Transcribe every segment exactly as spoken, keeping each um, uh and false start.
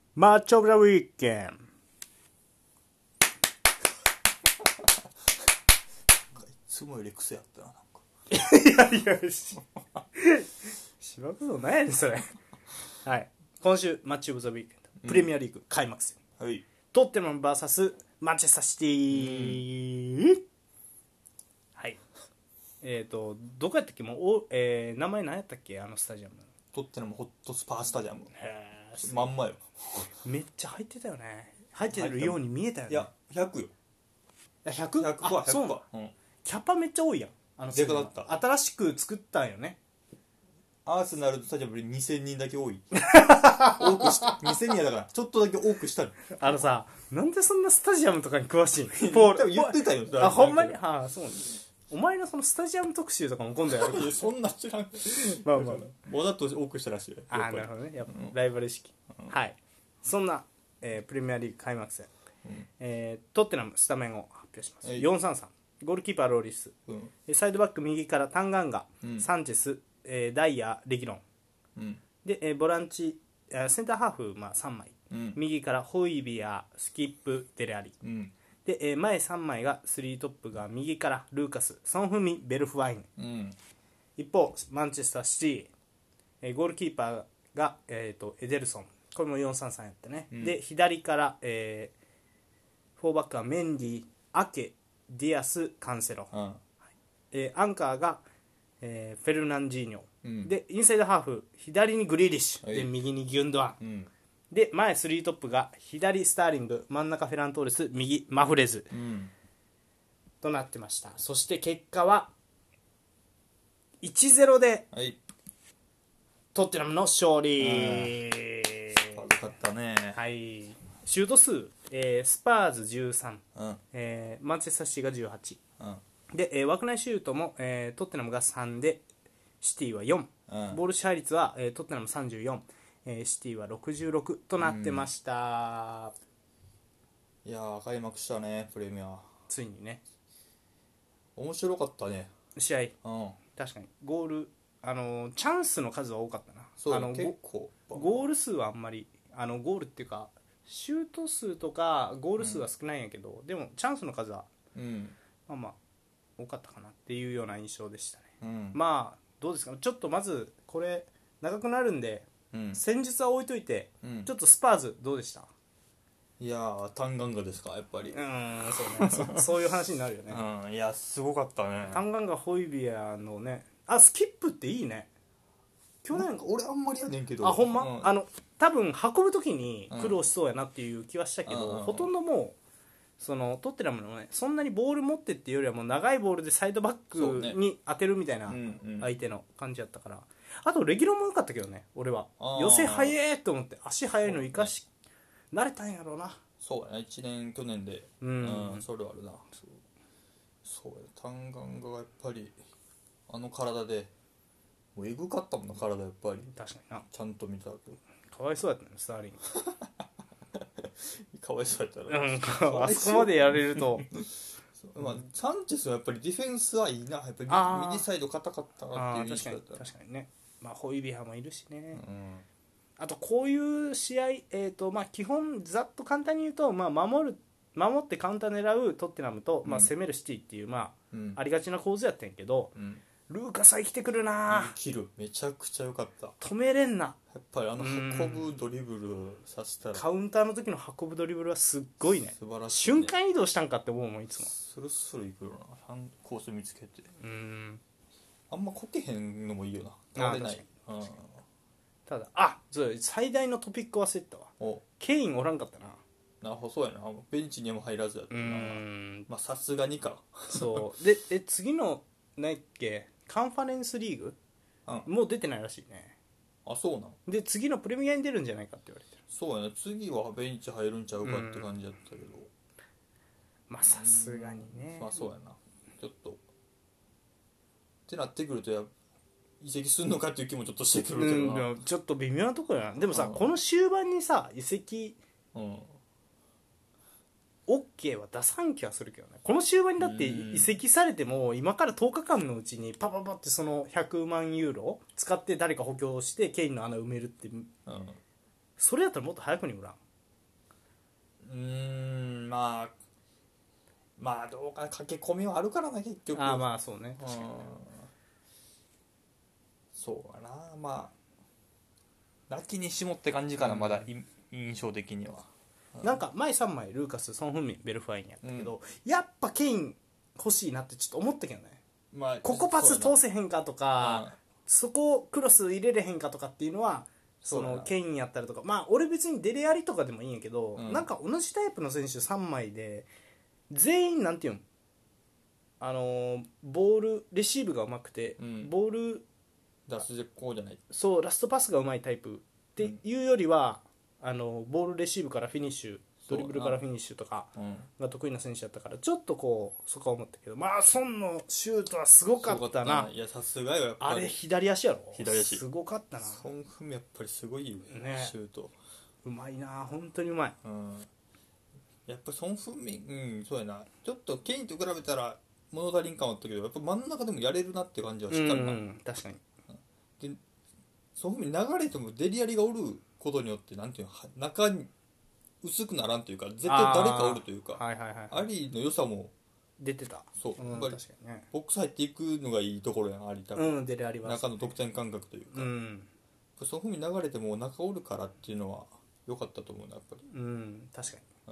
マッチョ・オブ・ザ・ウィーケンいつもより癖やったな、なんかいやいやししばくのないやねんそれはい、今週マッチ・オブ・ザ・ウィーケンド、プレミアリーグ開幕戦、 はい、 トッテナム ブイエス マンチェスターシティ、うん、はい。えっ、ー、とどこやったっけ、もうお、えー、名前何やったっけ、あのスタジアム。 トッテナムホットスパースタジアム。 へー、 まんまよ。 めっちゃ入ってたよね。入ってるように見えたよね。 いやひゃくよ。 いや ひゃく? ひゃくはあ、そうなの、うん、キャパめっちゃ多いやん。あのでかだった。 新しく作ったんよね。 アーセナルスタジアムよりにせんにんだけ多い多くしたにせんにんやだからちょっとだけ多くしたの。 あのさ、なんでそんなスタジアムとかに詳しいのポール言ってたよ。 あ、ほんまに。はあ、そうなんだ。お前のそのスタジアム特集とかも今度やる。 そんな知らん。 まあまあわざと多くしたらしい。 ああ、なるほどね。やっぱライバル意識、うん、はい。そんな、えー、プレミアリーグ開幕戦、うん、えー、トッテナムスタメンを発表します。よんさんさん、ゴールキーパーローリス、うん、サイドバック右からタンガンガ、うん、サンチェス、えー、ダイヤ、レギロン、うん、で、えー、ボランチ、えー、センターハーフ、まあ、さんまい、うん、右からホイビア、スキップ、デレアリ、うん、で、えー、前さんまいがスリートップが右からルーカス、ソン・フミ、ベルフワイン、うん、一方マンチェスターシティ、えー、ゴールキーパーが、えー、とエデルソン、これもよんさんさんやってね、うん、で左から、えー、フォーバックはメンディ、アケ、ディアス、カンセロ、うんはいえー、アンカーが、えー、フェルナンジーニョ、うん、でインサイドハーフ左にグリーリッシュ、はい、で右にギュンドアン、うんで前スリートップが左スターリング、真ん中フェラントーレス、右マフレズ、うん、となってました。そして結果はいちたいゼロで、はい、トッテナムの勝利。 悪かったね。 はい。シュート数、えー、スパーズじゅうさん、うんえー、マンチェスターシティがじゅうはち、うん、で、えー、枠内シュートも、えー、トッテナムがさんでシティはよん、うん、ボール支配率は、えー、トッテナムさんじゅうよん、えー、シティはろくじゅうろくとなってました、 うん、いやー開幕したね、プレミアついにね。 面白かったね試合、うん、確かにゴール、あのー、チャンスの数は多かったな。 そうあの結構ゴール数はあんまり、あのゴールっていうかシュート数とかゴール数は少ないんやけど、うん、でもチャンスの数は、うん、まあまあ多かったかなっていうような印象でしたね、うん、まあどうですか、ちょっとまずこれ長くなるんで、うん、戦術は置いといて、うん、ちょっとスパーズどうでした？ いやータンガンガですか、やっぱり。 うんそうねそ, そういう話になるよね、 うん、いやすごかったね。 タンガンガ、ホイビアのね、あスキップっていいね。 去年俺あんまりやねんけど、 あほんま、うん、あの多分運ぶ時に苦労しそうやなっていう気はしたけど、うん、ほとんどもうそのトッテナムのね、そんなにボール持ってっていうよりはもう長いボールでサイドバックに当てるみたいな相手の感じやったから、うんうん、あとレギュロンも良かったけどね、俺は寄せ早えと思って、足速いの生かし、ね、慣れたんやろうな。 そうやね、いちねん去年で、うん、うん、それはあるな。そうそうや、タンガンガがやっぱりあの体でもうエグかったもんな、体やっぱり。 確かにな、 ちゃんと見たけどかわいそうやったね、スターリングかわいそうやったら、うん、 あそこまでやれるとまあ、サンチェスはやっぱりディフェンスはいいな、やっぱり右サイド硬かったなっていう印象だった。 確かにね、まあ、ホイビハもいるしね、うん、あとこういう試合、えーとまあ、基本ざっと簡単に言うと、まあ、守る守ってカウンター狙うトッテナムと、まあ、攻めるシティっていう、まあうん、ありがちな構図やったんやけど、うん、ルーカスは生きてくるな。 キルめちゃくちゃ良かった。 止めれんな、 やっぱりあの運ぶドリブルさせたら、 カウンターの時の運ぶドリブルはすっごいね。 素晴らしいね。 瞬間移動したんかって思うもん、いつもスルスルいくよな、コース見つけて。うん、あんまこけへんのもいいよな、倒れない。うん、ただあそう最大のトピック忘れてたわ、おケインおらんかったな。 なるほど、そうやな、ベンチにも入らずやったな。まあさすがにかそうでえ次の何やっけ、カンファレンスリーグ、うん、もう出てないらしいね。 あ、そうなんで次のプレミアに出るんじゃないかって言われてる。 そうやね、次はベンチ入るんちゃうかって感じやったけど、 まあさすがにね、 まあそうやな、ちょっとってなってくるとや移籍するのかっていう気もちょっとしてくるけどな、 うん、ちょっと微妙なところやな。でもさ、うん、この終盤にさ移籍、うん、OK は出さん気はするけどね。この終盤にだって移籍されても今からとおかかんのうちにパパパってそのひゃくまんユーロ使って誰か補強してケインの穴埋めるって、うん、 それやったらもっと早くに売らん。 うーんまあまあどうか駆け込みはあるからな結局。 ああまあそうね、 うんそうかな。まあ泣きにしもって感じかな、うん、まだい印象的には、 うん、なんか前さんまいルーカス、ソン・フンミン、ベルファインやったけど、うん、やっぱケイン欲しいなってちょっと思ったけどね、まあ、ここパス通せへんかとか、そ, そこクロス入れれへんかとかっていうのはそのケインやったりとか、まあ俺別にデレアリとかでもいいんやけど、うん、なんか同じタイプの選手さんまいで全員なんていうの、あのー、ボールレシーブがうまくて、うん、ボール出すこうじゃない、 そうラストパスがうまいタイプっていうよりは、うん、あのボールレシーブからフィニッシュ、ドリブルからフィニッシュとかが得意な選手だったから、ちょっとこうそこは思ったけど、まあソンのシュートはすごかったな。 いやさすがよやっぱり。 あれ左足やろ。 左足すごかったな。 ソンフンやっぱりすごいよね、シュートうまいな、本当にうまい、 うん、やっぱりソンフンミン、うんそうやな、ちょっとケインと比べたら物足りん感はあったけど、やっぱ真ん中でもやれるなって感じはしっかりな、うんうん、 確かに。 でソンフンミン流れてもデリアリがおることによってなんていうの中に薄くならんというか、絶対誰かおるというか、 はいはいはい、 アリの良さも出てた。 そう、 うん、 やっぱり確かにね、 ボックス入っていくのがいいところやん、アリ多分、 うん、出るあります、ね、 中の得点感覚というか、 うん、 そういう風に流れても中おるからっていうのは良かったと思うな、やっぱり。 うん、確かに。 うん。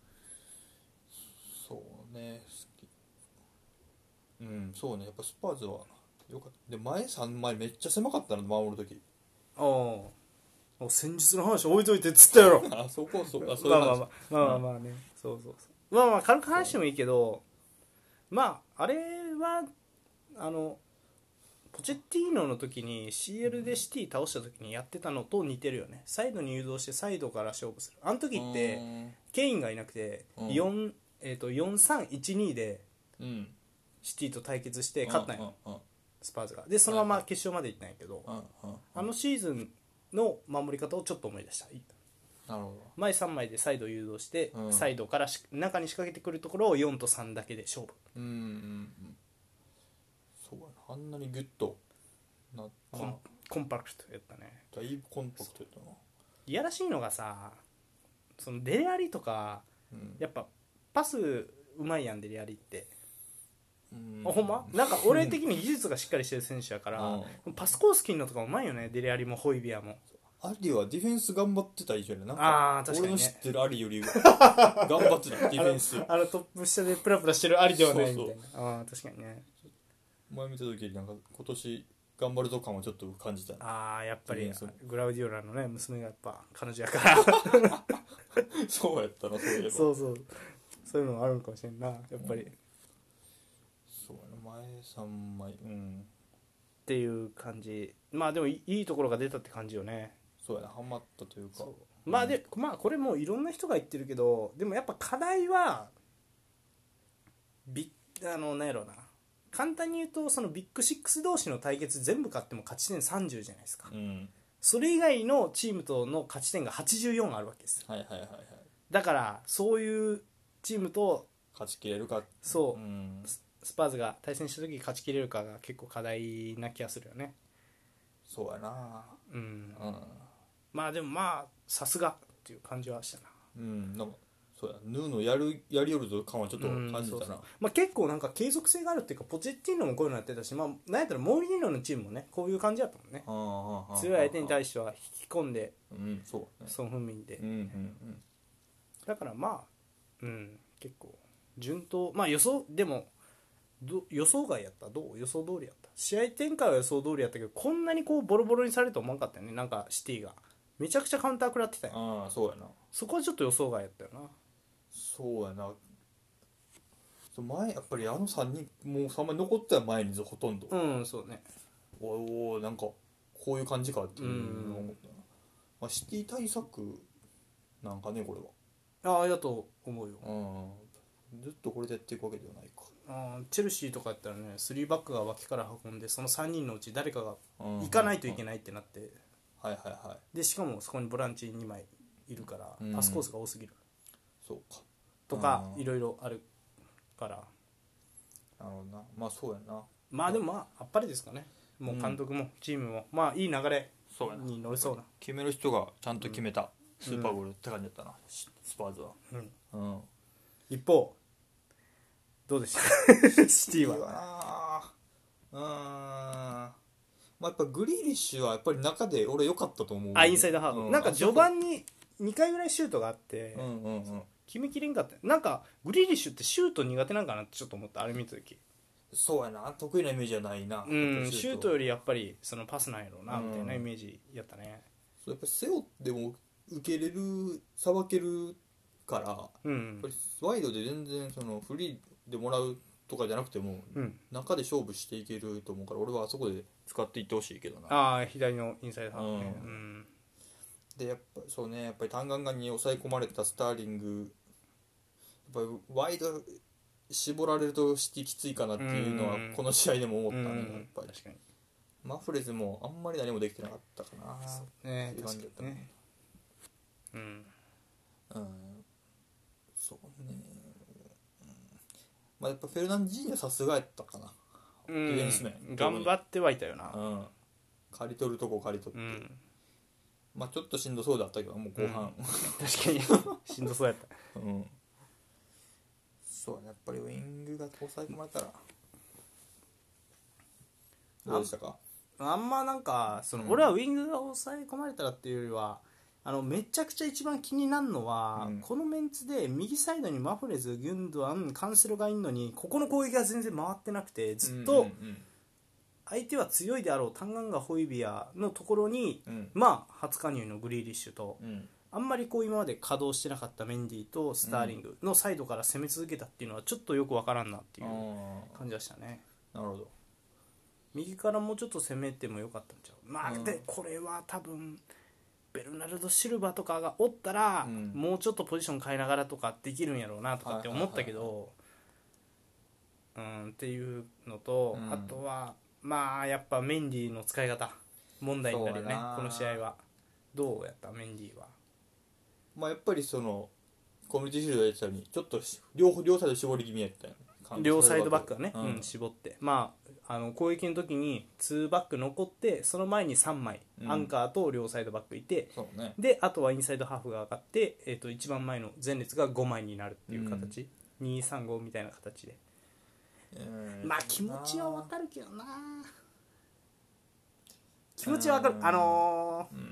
そうね、好き。うん、そうね、やっぱスパーズは良かった。で、前さんまいめっちゃ狭かったの、守るとき。 ああ。戦術の話置いといてっつったやろ。 あそこそあそういう話。まあまあまあまあまあまあね、うん、そうそうそう。まあまあ軽く話してもいいけど、まああれはあのポチェッティーノの時に シーエル でシティ倒した時にやってたのと似てるよね。サイドに誘導してサイドから勝負する。あの時ってケインがいなくてよん、えー、とよんさんいちにでシティと対決して勝ったんよ、スパーズが。でそのまま決勝まで行ったんやけど、あのシーズンの守り方をちょっと思い出した。 なるほど。 前さんまいでサイド誘導して、うん、サイドから中に仕掛けてくるところをよんとさんだけで勝負。 うんうんうん。そうやな、あんなにギュッとなコン、コンパクトやったね。 だいぶコンパクトやったな。 いやらしいのがさ、そのデレアリとか、うん、やっぱパスうまいやん、デレアリって。うん、あほんまなんか俺的に技術がしっかりしてる選手やから、うん、パスコース切るのとかうまいよね、デレアリもホイビアも。 アリはディフェンス頑張ってた以上になんか俺の知ってるアリより頑張ってたディフェンスあのトップ下でプラプラしてるアリではないみたいな。そうそう、あ確かにね。 前見た時になんか今年頑張るぞ感をちょっと感じた。 ああやっぱりグラウディオラのね娘がやっぱ彼女やからそうやったな、そういえば。 そうそうそういうのもあるのかもしれんな、やっぱり、うん、 そうやな、前さんまい、うん、 っていう感じ。まあでもいいところが出たって感じよね。 そうやな、ハマったというか。うまあで、うん、まあこれもいろんな人が言ってるけど、でもやっぱ課題はビッあのなんやろうな、簡単に言うとそのビッグシックス同士の対決全部勝っても勝ち点さんじゅうじゃないですか、うん、それ以外のチームとの勝ち点がはちじゅうよんあるわけです、 はいはいはいはい、 だからそういうチームと勝ちきれるか、 そう、うん、スパーズが対戦した時勝ちきれるかが結構課題な気がするよね。 そうやな、 うん、うん、まあでもまあさすがっていう感じはしたな。 うん、なんかそうや、ヌーのやるやりよるぞ感はちょっと感じたな。そうそう、 まあ、結構なんか継続性があるっていうか、ポチェッティーノもこういうのやってたし、まあなんやったらモーリーノのチームもねこういう感じだったもんね。ああ強い相手に対しては引き込んで、 うん、そうね、 ソン・フンミンで、 うんうんうん、 だからまあ、うん、結構順当、まあ予想でもど予想外やった、どう予想通りやった。試合展開は予想通りやったけど、こんなにこうボロボロにされると思わなかったよね。なんかシティがめちゃくちゃカウンター食らってたよ。 ああそうやな、 そこはちょっと予想外やったよな。 そうやな、前やっぱりあのさんにんもうさんまい残ってた前にほとんど、 うんそうね、 おおなんかこういう感じかっていうのを思ったな、まあ、シティ対策なんかねこれは。ああやと思うよ、 うん、ずっとこれでやっていくわけではないか。 あチェルシーとかやったらねスリーバックが脇から運んでそのさんにんのうち誰かが行かないといけないってなって、うんうんうん、 はいはいはい、 でしかもそこにボランチにまいいるからパスコースが多すぎる、 うん、そうかとかいろいろあるから。 なるほどな、まあそうやな。 まあでもまああっぱれですかね、もう監督もチームも、うん、まあいい流れに乗りそうな、 決める人がちゃんと決めたスーパーゴールって感じだったな、スパーズは、 うんうん、一方どうでしたシティは。 うーん、まあ、やっぱグリーリッシュはやっぱり中で俺良かったと思う。 あ、インサイドハーフ、うん、なんか序盤ににかいぐらいシュートがあって、 うんうんうん、 決めきれんかった。なんかグリーリッシュってシュート苦手なんかなってちょっと思った、あれ見た時。 そうやな、得意なイメージはないな、 うん、シュートよりやっぱりそのパスなんやろうなみたいなイメージやったね、 うん、そうやっぱ背負っても受けれる、さばけるから、うん、やっぱりワイドで全然そのフリーでもらうとかじゃなくても、うん、中で勝負していけると思うから、俺はあそこで使っていってほしいけどな。 ああ、左のインサイドハーフね、うんうん、 でやっぱそうね、やっぱりタンガンガンに抑え込まれたスターリング、やっぱりワイド絞られるとシティきついかなっていうのはこの試合でも思ったね、やっぱり。確かにマフレズもあんまり何もできてなかったかな、そうね、確かにね、うん、うん、そうね、うん、まあやっぱフェルナンジーニョさすがやったかな、 うん、ディフェンス面頑張ってはいたよな、 うん、刈り取るとこ刈り取って、うん、まあちょっとしんどそうだったけどもう後半、うん、 確かにしんどそうやった、うん、 そうね、やっぱりウイングが抑え込まれたらどうでしたか。 あんまなんかその、うん、俺はウイングが抑え込まれたらっていうよりは、あのめちゃくちゃ一番気になるのは、うん、このメンツで右サイドにマフレズ、ギュンドアン、カンセロがいるのにここの攻撃が全然回ってなくて、ずっと相手は強いであろうタンガンガ、ホイビアのところに、うん、まあ初加入のグリーリッシュと、うん、あんまりこう今まで稼働してなかったメンディーとスターリングのサイドから攻め続けたっていうのはちょっとよくわからんなっていう感じでしたね。 なるほど。 右からもうちょっと攻めてもよかったんちゃう。まあ、うん、でこれは多分ベルナルド・シルバとかがおったら、うん、もうちょっとポジション変えながらとかできるんやろうなとかって思ったけど、うん、っていうのと、うん、あとはまあやっぱメンディーの使い方問題になるよね、この試合は。どうやったメンディーは。 まあやっぱりそのコミュニティシールドやってたようにちょっと両両サイド絞り気味やったよね。 両サイドバックがね、うんうん、絞って、まあ、あの攻撃の時ににバック残ってその前にさんまい、うん、アンカーと両サイドバックいて、 そうね、 であとはインサイドハーフが上がって、えー、と一番前の前列がごまいになるっていう形、うん、にさんごみたいな形で、えー、まあ気持ちはわかるけどな、気持ちはわかる、あのーうん、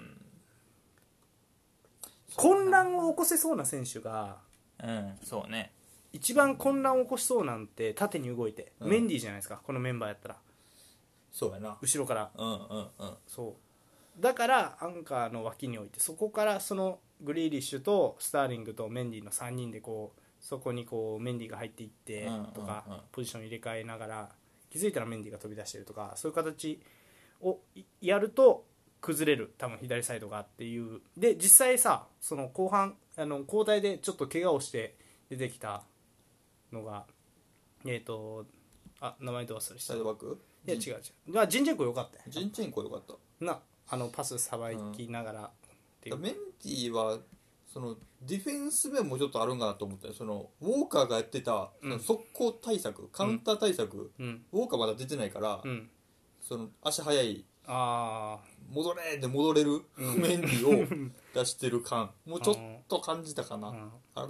混乱を起こせそうな選手が、 うん、そうね、 一番混乱を起こしそうなんて縦に動いて、うん、メンディーじゃないですか、このメンバーやったら。 そうやな、 後ろから、 うんうんうん、 そうだからアンカーの脇に置いて、そこからそのグリーリッシュとスターリングとメンディーのさんにんでこうそこにこうメンディーが入っていってとか、うんうんうん、ポジション入れ替えながら気づいたらメンディーが飛び出してるとか、そういう形をやると崩れる、多分左サイドがっていう。で実際さ、その後半あの交代でちょっと怪我をして出てきたのが、えっ、ー、とあ名前どう忘れした。 サイドバック？ いや違う違う。まあジンチェンコ良かったよ。 ジンチェンコ良かった。 なあのパスさばきながらっていう。 うん、メンティはそのディフェンス面もちょっとあるんかなと思ったよ。そのウォーカーがやってた、うん、その速攻対策、カウンター対策、うん、ウォーカーまだ出てないから、うん、その足速い。あ戻れで戻れる、うん、メンディを出してる感もうちょっと感じたかな、うん、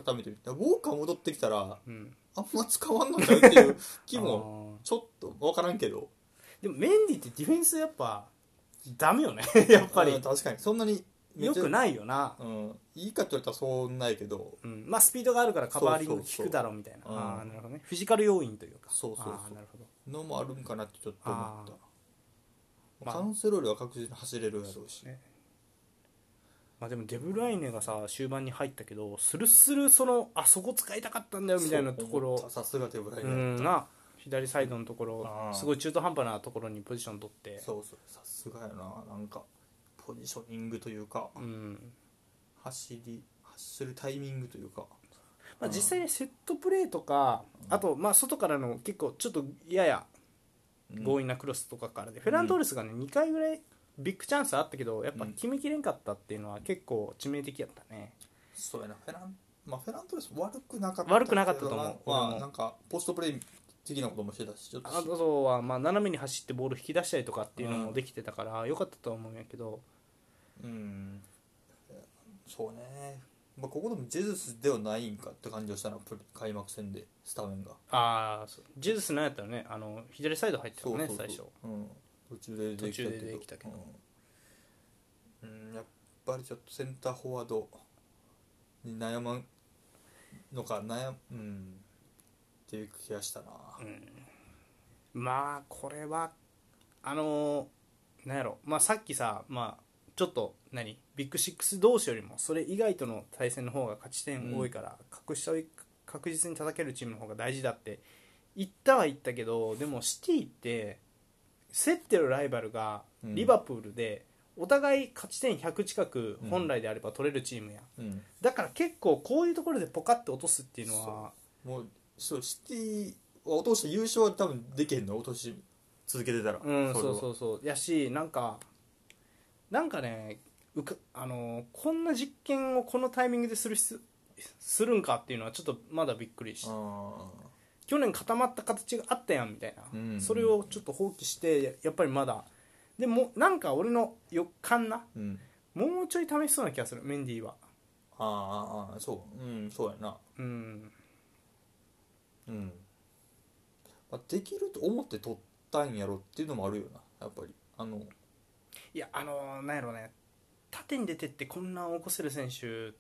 改めて見てウォーカー戻ってきたら、うん、あんま使わんのちゃうっていう気もちょっと分からんけど、 でもメンディってディフェンスやっぱダメよねやっぱり、 うん、確かにそんなによくないよな、 うん、いいかって言われたらそうないけど、 うん、まあスピードがあるからカバーリング効くだろうみたいな、そうそうそう、あ、なるほどね、フィジカル要因というか、 そうそうそう、 あ、なるほどのもあるんかなってちょっと思った。まあ、カンセロールは確実に走れるやろうし、ね、 まあ、でもデブライネがさ終盤に入ったけどスルスルそのあそこ使いたかったんだよみたいなところ、 さすがデブライネうんな、左サイドのところすごい中途半端なところにポジション取って、 そうそう、さすがやな、なんかポジショニングというか、うん、走り走るタイミングというか、 まあ、実際にセットプレーとか、うん、あとまあ外からの結構ちょっとやや強引なクロスとかからで、うん、フェラントーレスがねにかいぐらいビッグチャンスあったけどやっぱ決めきれんかったっていうのは結構致命的やったね。 そうやな、フェラン、まあ、フェラントーレス悪くなかった悪くなかったと思う。 まあ、なんかポストプレー的なこともしてたし、ちょっとあとはまあ斜めに走ってボール引き出したりとかっていうのもできてたから良かったと思うんやけど、 うんそうね、まあ、ここでもジェズスではないんかって感じはしたな、開幕戦でスタメンが。 ああジェズスなんやったらね、あの左サイド入ってたもんね。そうそうそう、最初、 うん、途中で出てきたけど、 途中で出てきたけど、 うん、やっぱりちょっとセンターフォワードに悩まんのか悩む、うん、っていう気がしたな、 うん、まあこれはあのー、なんやろ、まあさっきさ、まあちょっと何ビッグシックス同士よりもそれ以外との対戦の方が勝ち点多いから、うん、確実に確実に叩けるチームの方が大事だって言ったは言ったけど、でもシティって競ってるライバルがリバプールで、お互い勝ち点ひゃく近く本来であれば取れるチームや、うん、だから結構こういうところでポカッて落とすっていうのは、 もうそうシティは落として優勝は多分できへんの、落とし続けてたら、 うん、そうそうそうやし、なんかなんかねうかあのこんな実験をこのタイミングでするするんかっていうのはちょっとまだびっくりして、去年固まった形があったやんみたいな、うんうん、それをちょっと放棄してやっぱりまだでもなんか俺の予感な、うん、もうちょい試しそうな気がするメンディーは。 ああそううんそうやなうんうん、まあ、できると思って取ったんやろっていうのもあるよな、やっぱりあのいやあのなんやろね、縦に出てってこんな起こせる選手って、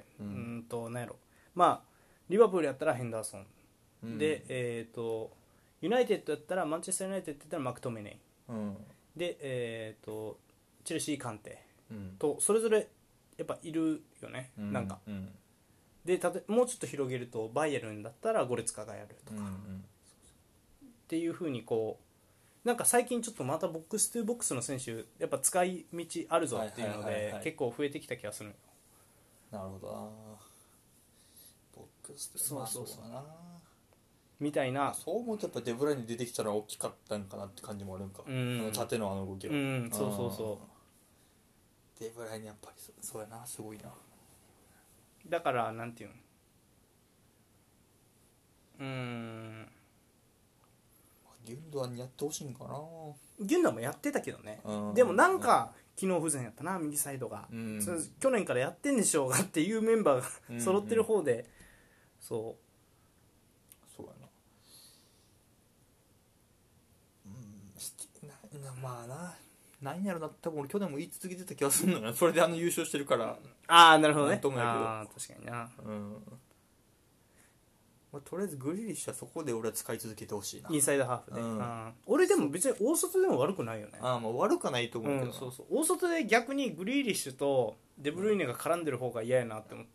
うん、うんとなんやろ、まあリバプールやったらヘンダーソン、うん、でえっ、ー、とユナイテッドやったらマンチェスターユナイテッドやったらマクトメネイ、うん、でえっ、ー、とチェルシーカンテ、うん、とそれぞれやっぱいるよね、うん、なんか、うん、でたともうちょっと広げるとバイエルンだったらゴレツカがやるとか、うんうん、っていう風にこうなんか最近ちょっとまたボックストゥーボックスの選手やっぱ使い道あるぞっていうので結構増えてきた気がする。 なるほどな、ボックスそうそうそう、まあ、そうだなみたいな。 そう思うとやっぱデブライネ出てきたら大きかったんかなって感じもあるんか、うん、あの縦のあの動きは、うん、そうそうそうデブライネやっぱりそうやな、すごいな。 だからなんていうのうーんギュンドアンにやってほしいんかな。 ギュンドアンもやってたけどね、うん、でもなんか機能不全やったな右サイドが、うん、それ去年からやってんでしょうがっていうメンバーが揃ってる方で、うんうん、そうそうやな、うんななまあな何やろな、多分俺去年も言い続けてた気がするのよな、それであの優勝してるから。 ああなるほどね、ああ確かにな、うんまあ、とりあえずグリーリッシュはそこで俺は使い続けてほしいな、 インサイドハーフで、うん、あ俺でも別に大外でも悪くないよね。 ああまあ悪くはないと思うけど、うん、 そうそう大外で逆にグリーリッシュとデブルイネが絡んでる方が嫌やなって思った、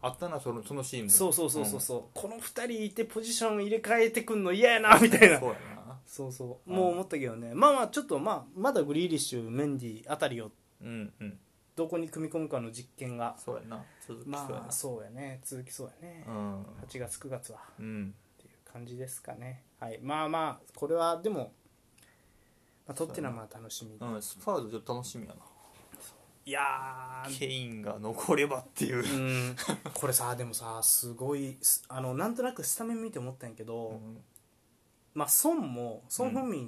あったなその、そのシーンも。 そうそうそうそうそう、うん、このふたりいてポジション入れ替えてくんの嫌やなみたいなそうやなそうそうもう思ったけどね、まあまあちょっとまあまだグリーリッシュメンディあたりを、うんうんどこに組み込むかの実験がそうやな続きそうやな、 まあそうやね続きそうやね、うん、はちがつくがつは、うん、っていう感じですかね。はいまあまあこれはでも、まあ、トッテナムは楽しみ、 うん、スパーズちょっと楽しみやな。 いやーケインが残ればっていう、うん、 これさでもさすごいあのなんとなくスタメン見て思ったんやけど、うん、まあソンもソン・フンミンって、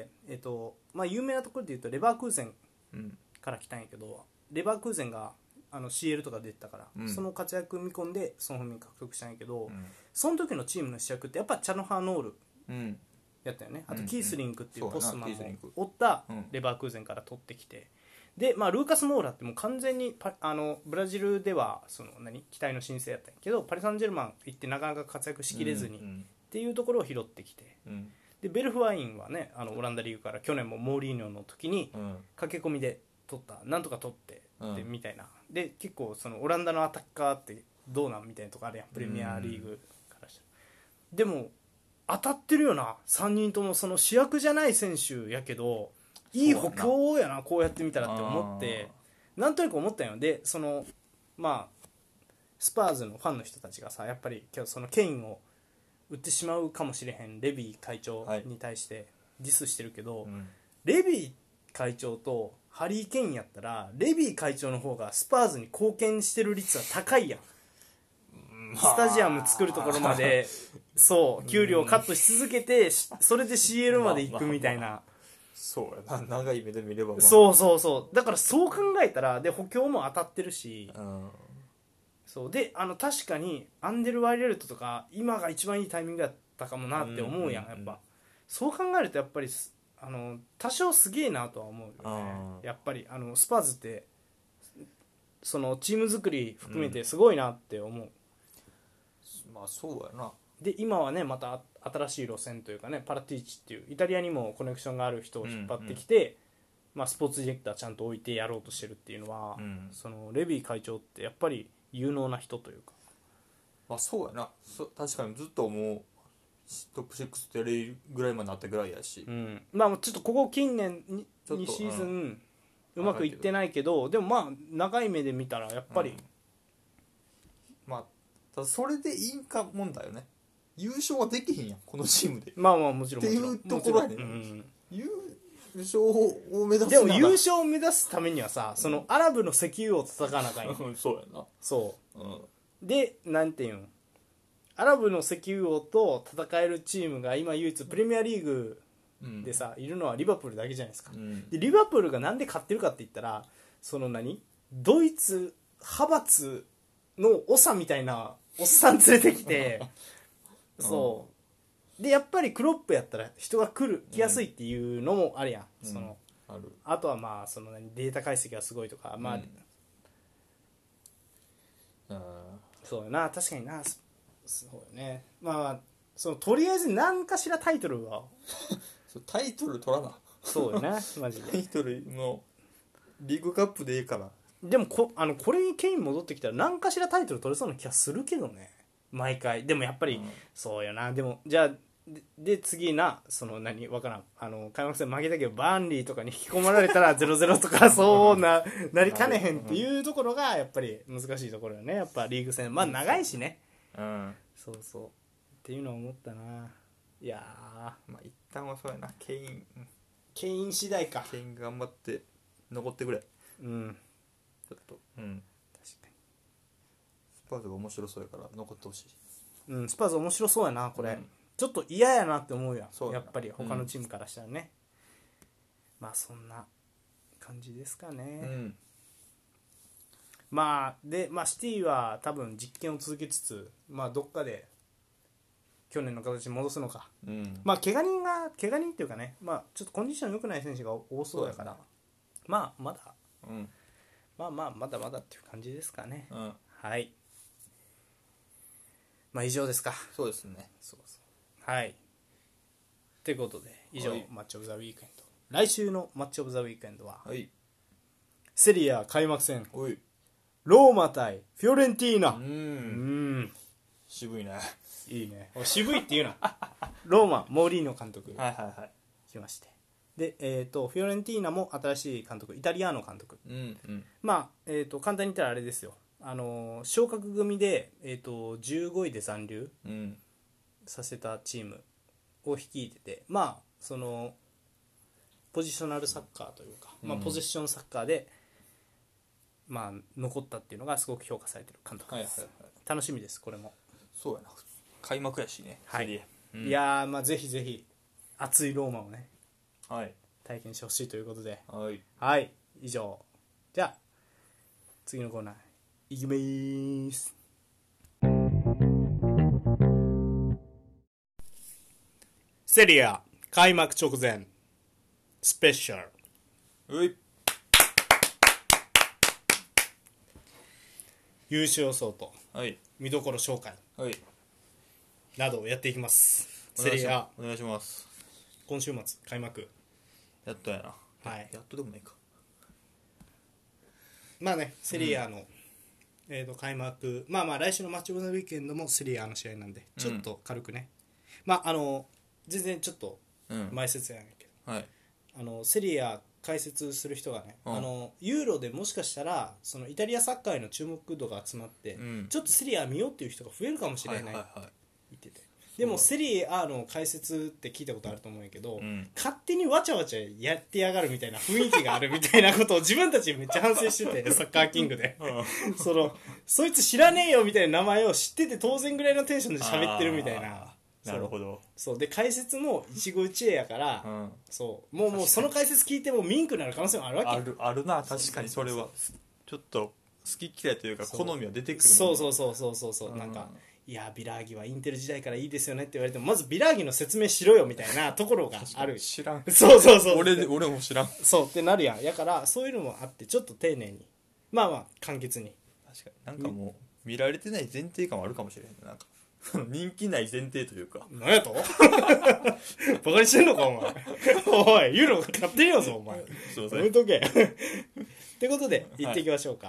うんえっとまあ、有名なところで言うとレバークーゼンから来たんやけど、レバークーゼンがあの シーエル とか出てたから、うん、その活躍見込んでソン・フンミン獲得したんやけど、うん、その時のチームの主役ってやっぱチャノハーノールやったよね、うん、あとキースリンクっていうポストマンもおったレバークーゼンから取ってきて、で、まあ、ルーカス・モーラってもう完全にパあのブラジルではその何期待の新星やったんやけどパリ・サンジェルマン行ってなかなか活躍しきれずに、うんうん、っていうところを拾ってきて、うん、でベルフワインはねあのオランダリーグから去年もモーリーニョの時に駆け込みで取ったなんとか取ってで、うん、みたいなで結構そのオランダのアタッカーってどうなんみたいなとこあるやんプレミアリーグからしたら、うん、でも当たってるよなさんにんともその主役じゃない選手やけどいい補強やなこうやってみたらって思ってなんとなく思ったよ。でそのまあスパーズのファンの人たちがさやっぱり今日そのケインを売ってしまうかもしれへんレビー会長に対してディスしてるけど、はいうん、レビー会長とハリー・ケインやったらレビー会長の方がスパーズに貢献してる率は高いやん、まあ、スタジアム作るところまでそう給料をカットし続けてそれで シーエル まで行くみたいな、まあまあまあそうやな、長い目で見れば、まあ、 そうそうそう、だからそう考えたらで補強も当たってるし、 うん、 そうであの確かにアンデル・ワイレルトとか今が一番いいタイミングだったかもなって思うやん、 うんうんうん、 やっぱそう考えるとやっぱりあの多少すげえなとは思うよね。やっぱりあのスパーズってそのチーム作り含めてすごいなって思う、うん、 まあそうやな。 で今はねまた新しい路線というかね、パラティーチっていうイタリアにもコネクションがある人を引っ張ってきて、うんうん、まあ、スポーツディレクターちゃんと置いてやろうとしてるっていうのは、うん、そのレビー会長ってやっぱり有能な人というか、 まあそうやな、そ確かにずっともうトップシックスってやれるぐらいまでなったぐらいやし、 うん、まあちょっとここ近年ににシーズンうまくいってないけど、でもまあ長い目で見たらやっぱり、うん、 まあただそれでいいんか問題よね。優勝はできへんやんこのチームで。 まあまあもちろんっていうところやね、うん、優勝を目指すでも優勝を目指すためにはさ、そのアラブの石油王と戦わなあかんやんそうやな。 そう、うん、でなんていうんアラブの石油王と戦えるチームが今唯一プレミアリーグでさ、うん、いるのはリバプールだけじゃないですか、うん、でリバプールがなんで勝ってるかって言ったら、その何ドイツ派閥の長みたいなおっさん連れてきてそうでやっぱりクロップやったら人が来る来やすいっていうのもあるやん、うん、その、うん、ある。あとはまあその何データ解析がすごいとか、まあ、うん、そうやな、確かにな、そうよね。まあそのとりあえず何かしらタイトルはタイトル取らな。 そうよねマジで。 タイトルのリーグカップでいいかな。 でも こ, あのこれにケイン戻ってきたら何かしらタイトル取れそうな気がするけどね、毎回。でもやっぱり、うん、そうよな。でもじゃあ で, で次なその何わからん、あの開幕戦負けたけどバーンリーとかに引き込まれたらゼロゼロとかそうななりかねへんっていうところがやっぱり難しいところよね。やっぱリーグ戦まあ長いしね、うん、そうそうっていうのは思ったな。いやー、 まあ一旦はそうやな、ケインケイン次第か。 ケイン頑張って残ってくれ。 うん、 ちょっと、うん、確かにスパーズが面白そうやから残ってほしい。 うん、スパーズ面白そうやなこれ、うん、ちょっと嫌やなって思うやん、やっぱり他のチームからしたらね、うん、まあそんな感じですかね、うん、まあで、まあ、シティは多分実験を続けつつ、まあどっかで去年の形に戻すのか、うん、まあ怪我人が怪我人っていうかね、まあちょっとコンディション良くない選手が多そうだから、ね、まあまだ、うん、まあまあまだまだっていう感じですかね、うん、はい。まあ以上ですか。 そうですね。 そうそうはい。ということで以上、はい、マッチオブザウィークエンド。来週のマッチオブザウィークエンドは、はい、セリア開幕戦、はい、ローマ対フィオレンティーナ。うんうん渋いね。 いいね。渋いっていうな。ローマモーリーノ監督、 はいはいはい、 来まして。で、えーと、フィオレンティーナも新しい監督、イタリアーノ監督、うんうん、まあ、えーと、簡単に言ったらあれですよ、あの昇格組で、えーと、じゅうごいで残留させたチームを率いてて、まあそのポジショナルサッカーというか、まあ、ポゼッションサッカーで、まあ、残ったっていうのがすごく評価されてる監督です、はいはいはい、楽しみですこれも。 そうやな、開幕やしね、 はい、うん、いやー、まあぜひぜひ熱いローマをね、はい、体験してほしいということで、はい、はい、以上。じゃあ次のコーナーいきまーす。セリア開幕直前スペシャル、うい優勝予想と、はい、見どころ紹介、はい、などをやっていきます。セリアお願いします。 今週末開幕やっとやな、 はい、 やっとでもないか。 まあね、セリアの、うん、えー、と開幕、まあまあ来週のマッチオブザウィークエンドもセリアの試合なんでちょっと軽くね、うん、まああの全然ちょっと前説やねんけど、うんはい、あのセリア解説する人がね、うん、あのユーロでもしかしたらそのイタリアサッカーへの注目度が集まって、うん、ちょっとセリア見ようっていう人が増えるかもしれない、はいはいはい、言ってて、でもセリアの解説って聞いたことあると思うんやけど、うん、勝手にわちゃわちゃやってやがるみたいな雰囲気があるみたいなことを自分たちめっちゃ反省しててサッカーキングで、うん、そのそいつ知らねえよみたいな名前を知ってて当然ぐらいのテンションで喋ってるみたいな、 なるほど。 そうで解説も一期一会やから、うん、そうもうもうその解説聞いてもミンクになる可能性もあるわけ。 あるあるな、確かにそれはちょっと好き嫌いというか好みは出てくるもん。 そうそうそうそうそうそう、うん、なんかいやビラーギはインテル時代からいいですよねって言われてもまずビラーギの説明しろよみたいなところがある。 知らん。 そうそうそう。 俺で俺も知らん。 そうってなるやん。やからそういうのもあってちょっと丁寧にまあまあ簡潔に。 確かになんかもう見られてない前提感はあるかもしれない。なんか人気ない前提というか。 何やとバカにしてんのかお前。おいユーロ勝手によぞお前。そうそう。やめとけ。ってことで行っていきましょうか、はい、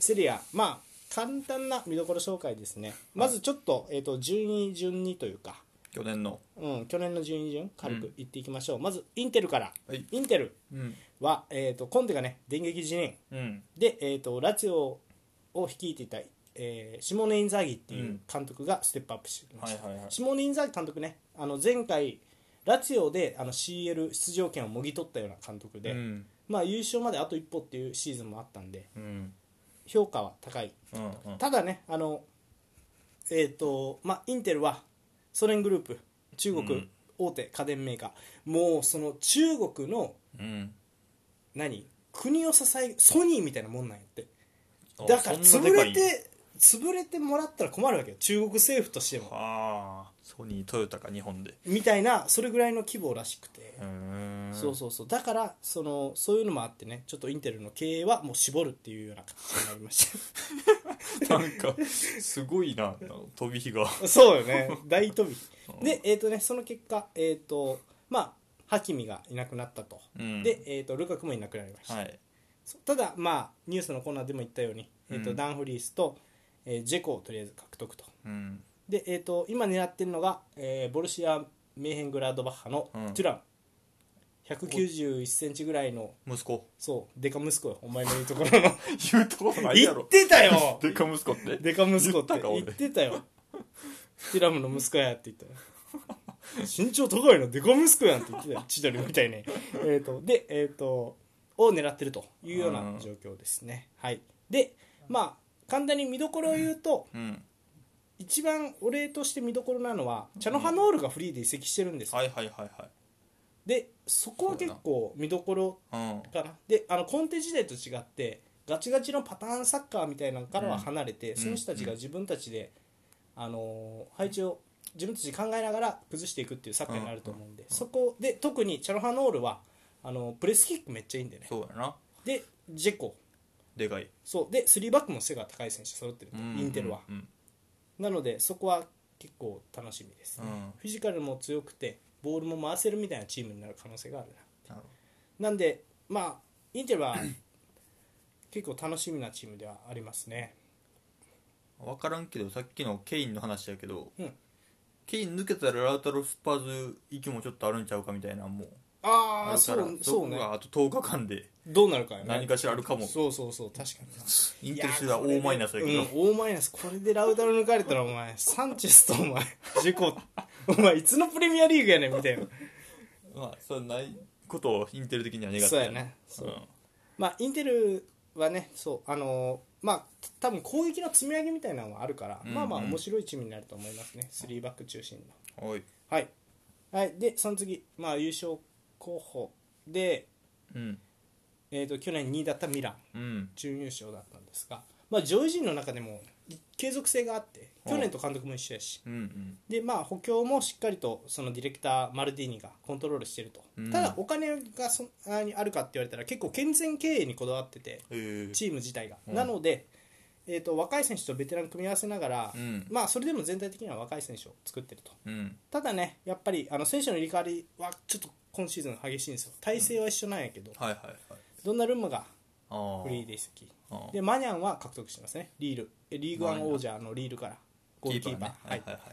セリアまあ簡単な見どころ紹介ですね、はい、まずちょっと,、えー、と順位順にというか去年の、 うん、去年の順位順軽く言っていきましょう、うん、まずインテルから、はい、インテルは、うんえー、とコンテがね電撃辞任、うん、で、えー、とラツィオを率いていた、えー、シモネ・インザーギっていう監督がステップアップしてました、うんはいはいはい、シモネ・インザーギ監督ねあの前回ラツィオであの シーエル 出場権をもぎ取ったような監督で、うんまあ、優勝まであと一歩っていうシーズンもあったんで、うん評価は高い、うんうん、ただねあのえっ、ー、とまあインテルはソ連グループ中国大手家電メーカー、うん、もうその中国の、うん、何国を支えるソニーみたいなもんなんやって。だから潰れて潰れてもらったら困るわけよ中国政府としても。 はあソニートヨタか日本でみたいなそれぐらいの規模らしくてそうそうそうだからそのそういうのもあってねちょっとインテルの経営はもう絞るっていうような形になりましたなんかすごいな飛び火がそうよね大飛び火でえっ、ー、とねその結果えっ、ー、とまあハキミがいなくなったと、うん、で、えー、とルカクもいなくなりました、はい、ただまあニュースのコーナーでも言ったように、えーとうん、ダンフリースと、えー、ジェコをとりあえず獲得と、うんでえー、と今狙ってるのが、えー、ボルシア・メーヘングラードバッハのトゥラン、うん、ひゃくきゅうじゅういちセンチぐらいの息子そうデカ息子よお前の言うところの言うところないやろ言ってたよデカ息子ってデカ息子って言ってたよティラムの息子やって言ったよ身長高いのデカ息子やんって言ってたよ千鳥みたいにえーとでえっ、ー、とを狙ってるというような状況ですね、うん、はいでまあ簡単に見どころを言うと、うん一番俺として見どころなのはチャノハノールがフリーで移籍してるんですよ、 はいはいはいはいでそこは結構見どころかな、うん、であのコンテ時代と違ってガチガチのパターンサッカーみたいなのからは離れて、うん、選手たちが自分たちで、あの配置を自分たちで考えながら崩していくっていうサッカーになると思うんで、うんうん、そこで特にチャノハノールはあのプレスキックめっちゃいいんでねそうやなでジェコでかいそうでスリーバックも背が高い選手揃ってると、うんうんうん、インテルは、うんなのでそこは結構楽しみですね、うん、フィジカルも強くてボールも回せるみたいなチームになる可能性があるななんでまあインテルは結構楽しみなチームではありますね分からんけどさっきのケインの話だけど、うん、ケイン抜けたらラウタロスパーズ息もちょっとあるんちゃうかみたいなもうああそうそうねあととおかかんでどうなるかよね何かしらあるかもそうそうそう確かにインテルシュは大マイナスだけど、 うん、大マイナスこれでラウタロ抜かれたらお前サンチェスとお前ジェコお前いつのプレミアリーグやねんみたいなまあそうないことをインテル的には願ってそうやねそう、うん、まあインテルはねそうあのー、まあ多分攻撃の積み上げみたいなのはあるから、うんうん、まあまあ面白いチームになると思いますねスリーバック中心のはいはい、はい、でその次まあ優勝候補で、うんえー、と去年にいだったミラン、うん、準優勝だったんですが、まあ、上位陣の中でも継続性があって去年と監督も一緒やし、うんうん、でまあ補強もしっかりとそのディレクターマルディーニがコントロールしてると、うん、ただお金がそにあるかって言われたら結構健全経営にこだわっててチーム自体が、うん、なので、えー、と若い選手とベテラン組み合わせながら、うん、まあそれでも全体的には若い選手を作ってると、うん、ただねやっぱりあの選手の入れ替わりはちょっと今シーズン激しいんですよ体勢は一緒なんやけど、うんはいはいはい、ドンナルンマがフリーで移籍でマニャンは獲得してますねリールリーグワン王者のリールからゴールキーパー、ねはいはいはい、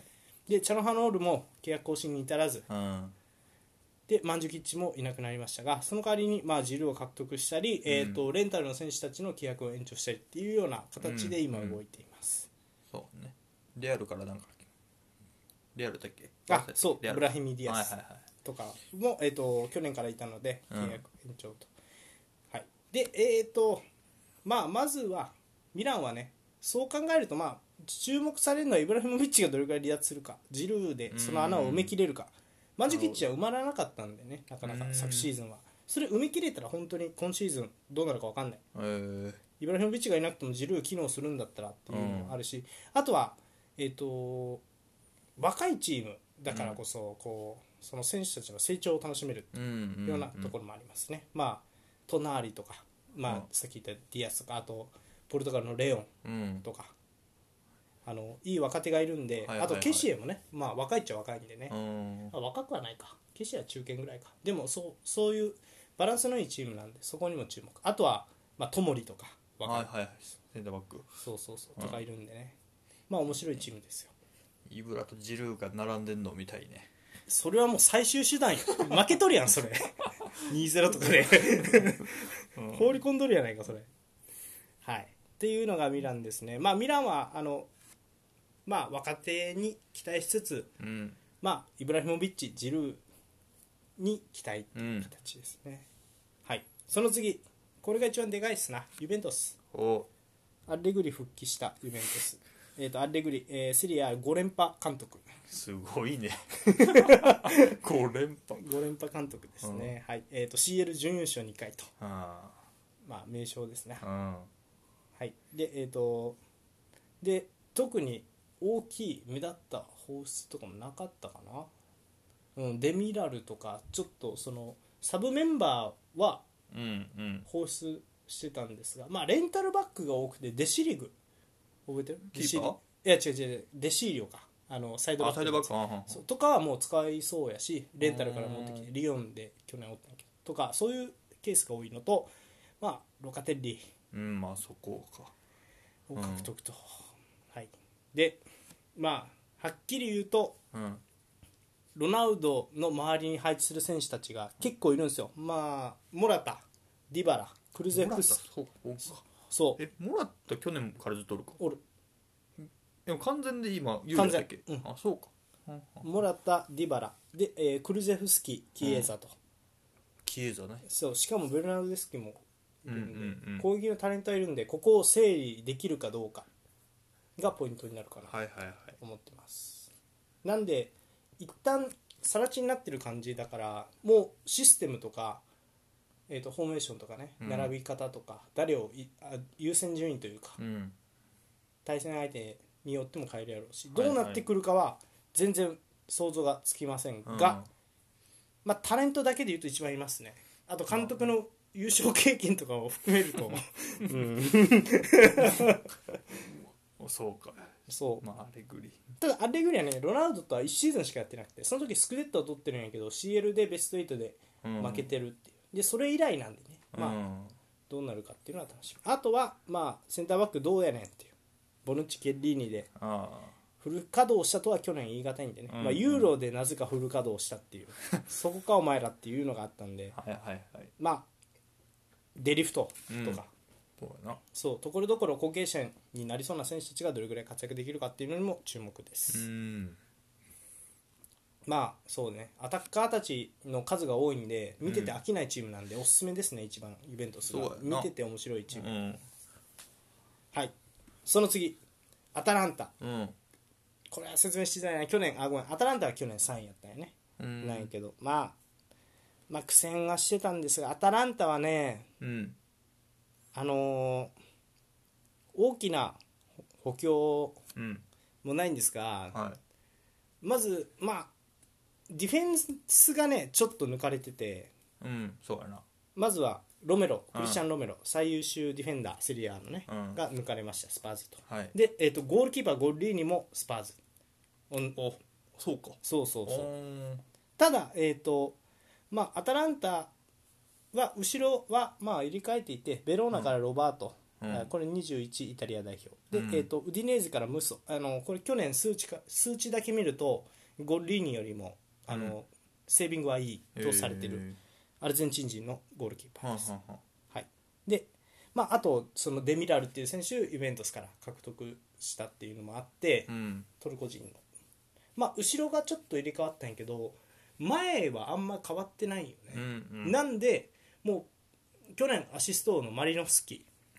でチャノハノールも契約更新に至らず、うん、でマンジュキッチもいなくなりましたがその代わりに、まあ、ジルを獲得したり、うんえー、とレンタルの選手たちの契約を延長したりっていうような形で今動いています、 うんうん、そうねレアルからなんかレアルだっけあそうブラヒミディアス、はいはいはいとかも、えー、と去年からいたので契約延長と、うんはい、でえっ、ー、とまあまずはミランはねそう考えると、まあ、注目されるのはイブラヒモビッチがどれくらい離脱するか、ジルーでその穴を埋めきれるか。マンジュキッチは埋まらなかったんでね、なかなか昨シーズンは。それ埋めきれたら本当に今シーズンどうなるか分かんない、 えー、 イブラヒモビッチがいなくてもジルー機能するんだったらっていうのもあるし、あとは、えーと、若いチームだからこそ、こうその選手たちの成長を楽しめるようなところもありますね。まあトナーリとか、まあ、さっき言ったディアスとか、あとポルトガルのレオンとか、あのいい若手がいるんで、はいはいはい、あとケシエもね、まあ、若いっちゃ若いんでね、あ若くはないか、ケシエは中堅ぐらいか、でもそう、そういうバランスのいいチームなんでそこにも注目。あとは、まあ、トモリとか若い、はいはいはい、センターバックそうそうそうとかいるんでね、まあ面白いチームですよ。 イブラとジルーが並んでんのみたいね。 それはもう最終手段よ負けとるやんそれにたいゼロ とかで放り込んどるやないかそれ。はいっていうのがミランですね。まあミランはあのまあ若手に期待しつつ、うん、まあイブラヒモビッチ、ジルーに期待という形ですね、うん、はい。その次、これが一番でかいですな、ユベントス。おアレグリ復帰したユベントス、えーとアレグリ、えー、セリアご連覇監督、 すごいねご連覇ご連覇監督ですね、うん、はい。えーと シーエル 準優勝にかいと、あまあ名将ですね、うん、はい。でえーとで特に大きい目立った放出とかもなかったかな、うん、デミラルとかちょっとそのサブメンバーは放出してたんですが、まあレンタルバックが多くて、デシリグ覚えてる？ キーパー？ いや違う違う、デシーリオか、あのサイドバック、 サイドバックそうとかはもう使いそうやし、レンタルから持ってきてリヨンで去年おったんやけどとか、そういうケースが多いのと、まあロカテッリ、 うんまあそこかを獲得と、うん、はい。でまあはっきり言うと、うん、ロナウドの周りに配置する選手たちが結構いるんですよ。まあモラタ、ディバラ、クルゼフス、 そうそうえモラタ去年からずっとおるか。おる。でも完全で今ユーロだっけ、うん、あそうか、 モラタ、ディバラで、えー、クルゼフスキ、キエザと、うん、 キエザね。 そうしかもベルナルデスキもいるんで、うんうんうん、攻撃のタレントはいるんで、ここを整理できるかどうかがポイントになるかなと思ってます、はいはいはい、なんで一旦更地になってる感じだから、もうシステムとか、えーと、フォーメーションとかね、うん、並び方とか誰をいあ優先順位というか、うん、対戦相手によっても変えるやろうし、どうなってくるかは全然想像がつきませんが、はいはい、まあ、タレントだけでいうと一番いますね。あと監督の優勝経験とかを含めると、うん、 そうか。 そう、 まあ、アレグリただアレグリはね、ロナウドとはいちシーズンしかやってなくて、その時スクデットを取ってるんやけど シーエル でベストはちで負けてるっていう、うん、でそれ以来なんでね、まあ、うん、どうなるかっていうのは楽しみ。あとはまあセンターバックどうやねんっていう、ボヌッチ・ケッリーニでフル稼働したとは去年言い難いんでね、うんうん、まあ、ユーロでなぜかフル稼働したっていうそこかお前らっていうのがあったんではいはい、はい、 まあデリフトとか、 うん、そうやな、 そうところどころ後継者になりそうな選手たちがどれぐらい活躍できるかっていうのにも注目です。うん、まあそうね、アタッカーたちの数が多いんで見てて飽きないチームなんでおすすめですね、一番ユベントスが見てて面白いチーム、うん、はい。その次アタランタ、うん、これは説明してないな、去年あごめんアタランタは去年さんいやったんやね、うん、なんやけどまあまあ、苦戦はしてたんですが、アタランタはね、うん、あのー、大きな補強もないんですが、うんはい、まず、まあ、ディフェンスがねちょっと抜かれてて、 うん、そうやな。 まずはロメロ、クリスチャン・ロメロ、うん、最優秀ディフェンダーセリアのね、うん、が抜かれました、スパーズと、はい、で、えーと、ゴールキーパーゴッリーニもスパーズ、 おそうか、 そうそうそう、ただえっ、ー、とまあ、アタランタは後ろはまあ入れ替えていて、ベローナからロバート、うん、これにじゅういちイタリア代表で、うん、えー、とウディネーゼからムソ、あのこれ去年数値か数値だけ見るとゴッリーニよりもあの、うん、セービングはいいとされてるアルゼンチン人のゴールキーパーです、はい。で、まあ、あとそのデミラルっていう選手ユベントスから獲得したっていうのもあって、うん、トルコ人の、まあ、後ろがちょっと入れ替わったんやけど前はあんま変わってないよね、うんうん、なんでもう去年アシスト王のマリノフスキ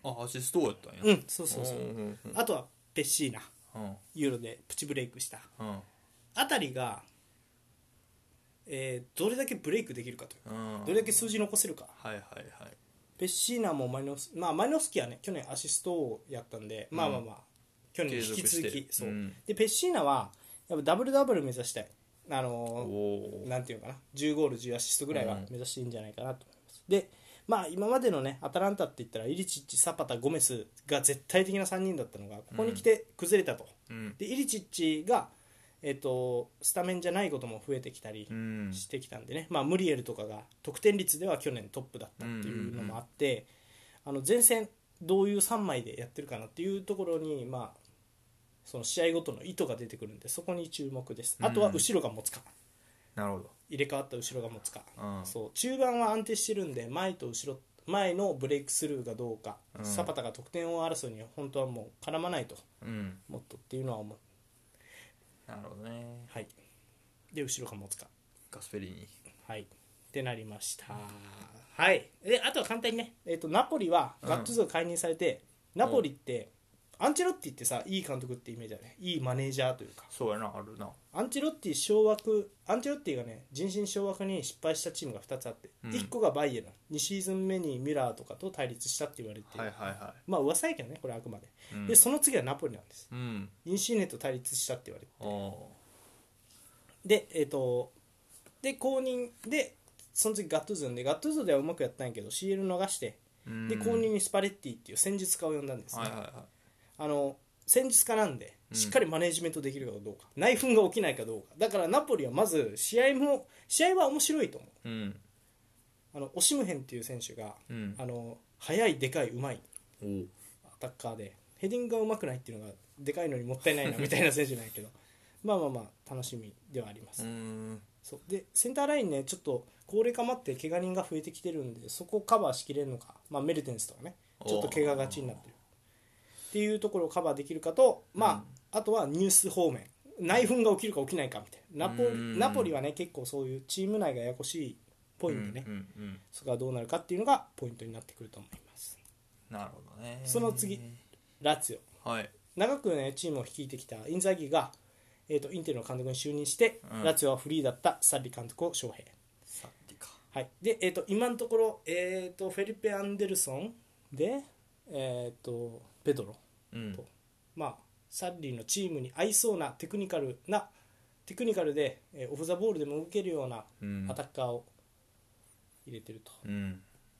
あアシストやったんや。 うんそうそうそう、 うんうんうん、 あとはペッシーナ、 うん、 ユーロでプチブレイクしたうんあたりが、えー、どれだけブレイクできるかというか、 うん、 どれだけ数字残せるか。 はいはいはい。 ペッシーナもマリノス、まあ、マリノスキはね去年アシストをやったんで、うん、まあまあまあ去年に引き続きそう、うん、でペッシーナはやっぱダブルダブル目指したい、あのー、なんていうかなじゅうゴールじゅうアシストぐらいは目指していいんじゃないかなと思います、うん、でまあ今までのねアタランタって言ったらイリチッチ、サパタ、ゴメスが絶対的なさんにんだったのがここに来て崩れたと、うん、でイリチッチがえー、とスタメンじゃないことも増えてきたりしてきたんでね、うんまあ、ムリエルとかが得点率では去年トップだったっていうのもあって、うんうんうん、あの前線どういうさんまいでやってるかなっていうところに、まあ、その試合ごとの意図が出てくるんでそこに注目です、うん、あとは後ろが持つか、 なるほど入れ替わった後ろが持つか、 うん、 そう中盤は安定してるんで前と後ろ前のブレイクスルーがどうか、うん、サパタが得点王争いに本当はもう絡まないと、うん、もっとっていうのは思う。 なるほどね。 はい。で後ろが持つか。 ガスペリーニ。 はい。ってなりました。はい。であとは簡単にね、えっ、ー、とナポリはガッツーズが解任されて、うん、ナポリってアンチェロッティってさいい監督ってイメージだね。いいマネージャーというか。 そうやなあるな。 アンチェロッティ掌握アンチェロッティがね人心掌握に失敗したチームがふたつあって、うん、いっこがバイエルン、にシーズン目にミラーとかと対立したって言われて、 はいはいはい、 まあ噂やけどねこれあくまで、うん、でその次はナポリなんです。うん、インシーネと対立したって言われて。でえっ、ー、とで公認でその次ガットゥーズでガットゥーズではうまくやったんやけど シーエル 逃してで公認にスパレッティっていう戦術家を呼んだんですね、はいはいはい、あの戦術家なんでしっかりマネジメントできるかどうか、うん、内紛が起きないかどうかだからナポリはまず試合も試合は面白いと思う、うん、あのオシムヘンっていう選手が、うん、あの速いでかいうまいアタッカーでヘディングがうまくないっていうのがでかいのにもったいないなみたいな選手なんやけどまあまあまあ楽しみではあります。うんそうでセンターラインねちょっと高齢化もあって怪我人が増えてきてるんでそこをカバーしきれるのか、まあ、メルテンスとかねちょっと怪我がちになってるっていうところをカバーできるかと、まあ、うん、あとはニュース方面内紛が起きるか起きないかみたいなナポリ、ナポリはね結構そういうチーム内がややこしいっぽいんでね、うんうんうん、そこがどうなるかっていうのがポイントになってくると思います。 なるほどね。 その次ラツィオ、はい、長くねチームを率いてきたインザギがえー、とインテルの監督に就任して、うん、ラツィオはフリーだったサッリ監督を招聘。 サッリか、 はいでえー、と今のところ、えー、とフェリペ・アンデルソンで、えー、とペドロと、うん、まあ、サッリのチームに合いそうなテクニカルなテクニカルで、えー、オフ・ザ・ボールでも受けるようなアタッカーを入れてると、うん、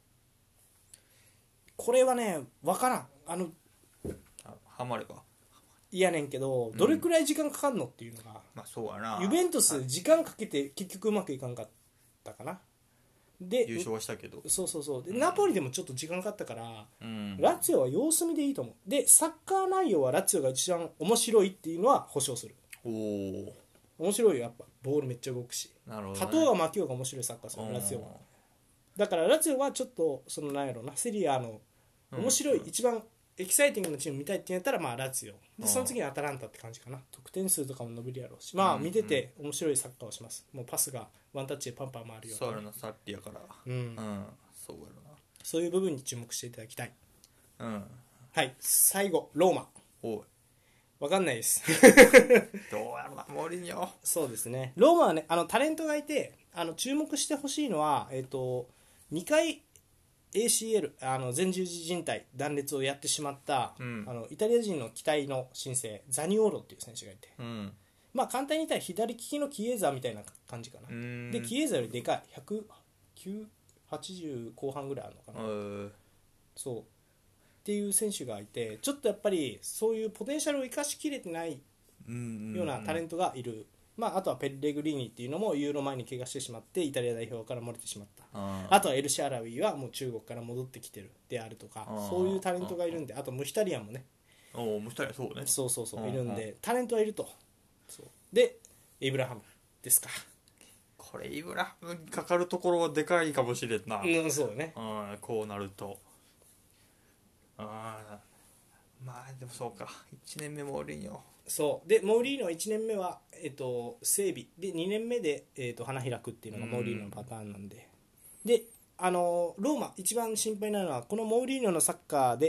これはね分からんあのあハマればいやねんけどどれくらい時間かかんのっていうのが、うんまあ、そうやなユベントス時間かけて結局うまくいかんかったかなで優勝はしたけどそうそうそうで、うん、ナポリでもちょっと時間かかったから、うん、ラツィオは様子見でいいと思うでサッカー内容はラツィオが一番面白いっていうのは保証するおお面白いよやっぱボールめっちゃ動くしなるほど、ね、加藤がマキオが面白いサッカーするラツィオはだからラツィオはちょっとそのなんやろなセリアの面白い、うん、一番エキサイティングなチーム見たいって言ったらまあラツィオでその次にアタランタって感じかな得点数とかも伸びるやろうしまあ見てて面白いサッカーをしますもうパスがワンタッチでパンパン回るようなそうやなサッリやからうん、うん、そうやろなそういう部分に注目していただきたいうんはい最後ローマおいわかんないですどうやろなモリニョそうですねローマはねあのタレントがいてあの注目してほしいのはえっ、ー、とにかいエーシーエル あの前十字靭帯断裂をやってしまった、うん、あのイタリア人の期待の新星ザニオーロっていう選手がいて、うん、まあ簡単に言ったら左利きのキエーザーみたいな感じかなでキエーザーよりでかいひゃくきゅうはちじゅう後半ぐらいあるのかなそうっていう選手がいてちょっとやっぱりそういうポテンシャルを生かしきれてないようなタレントがいる、まあ、あとはペッレグリーニっていうのもユーロ前に怪我してしまってイタリア代表から漏れてしまった あ, あとはエルシャラウィはもう中国から戻ってきてるであるとかそういうタレントがいるんであとムヒタリアンもねおムヒタリアンそうねそうそうそういるんでタレントはいるとそうでイブラハムですかこれイブラハムにかかるところはでかいかもしれんなうんそうねあこうなるとあまあでもそうかいちねんめモーリーニョそうでモーリーニョいちねんめは、えっと、整備でにねんめで、えっと、花開くっていうのがモーリーニョのパターンなんでであのローマ一番心配なのはこのモーリーニョのサッカーで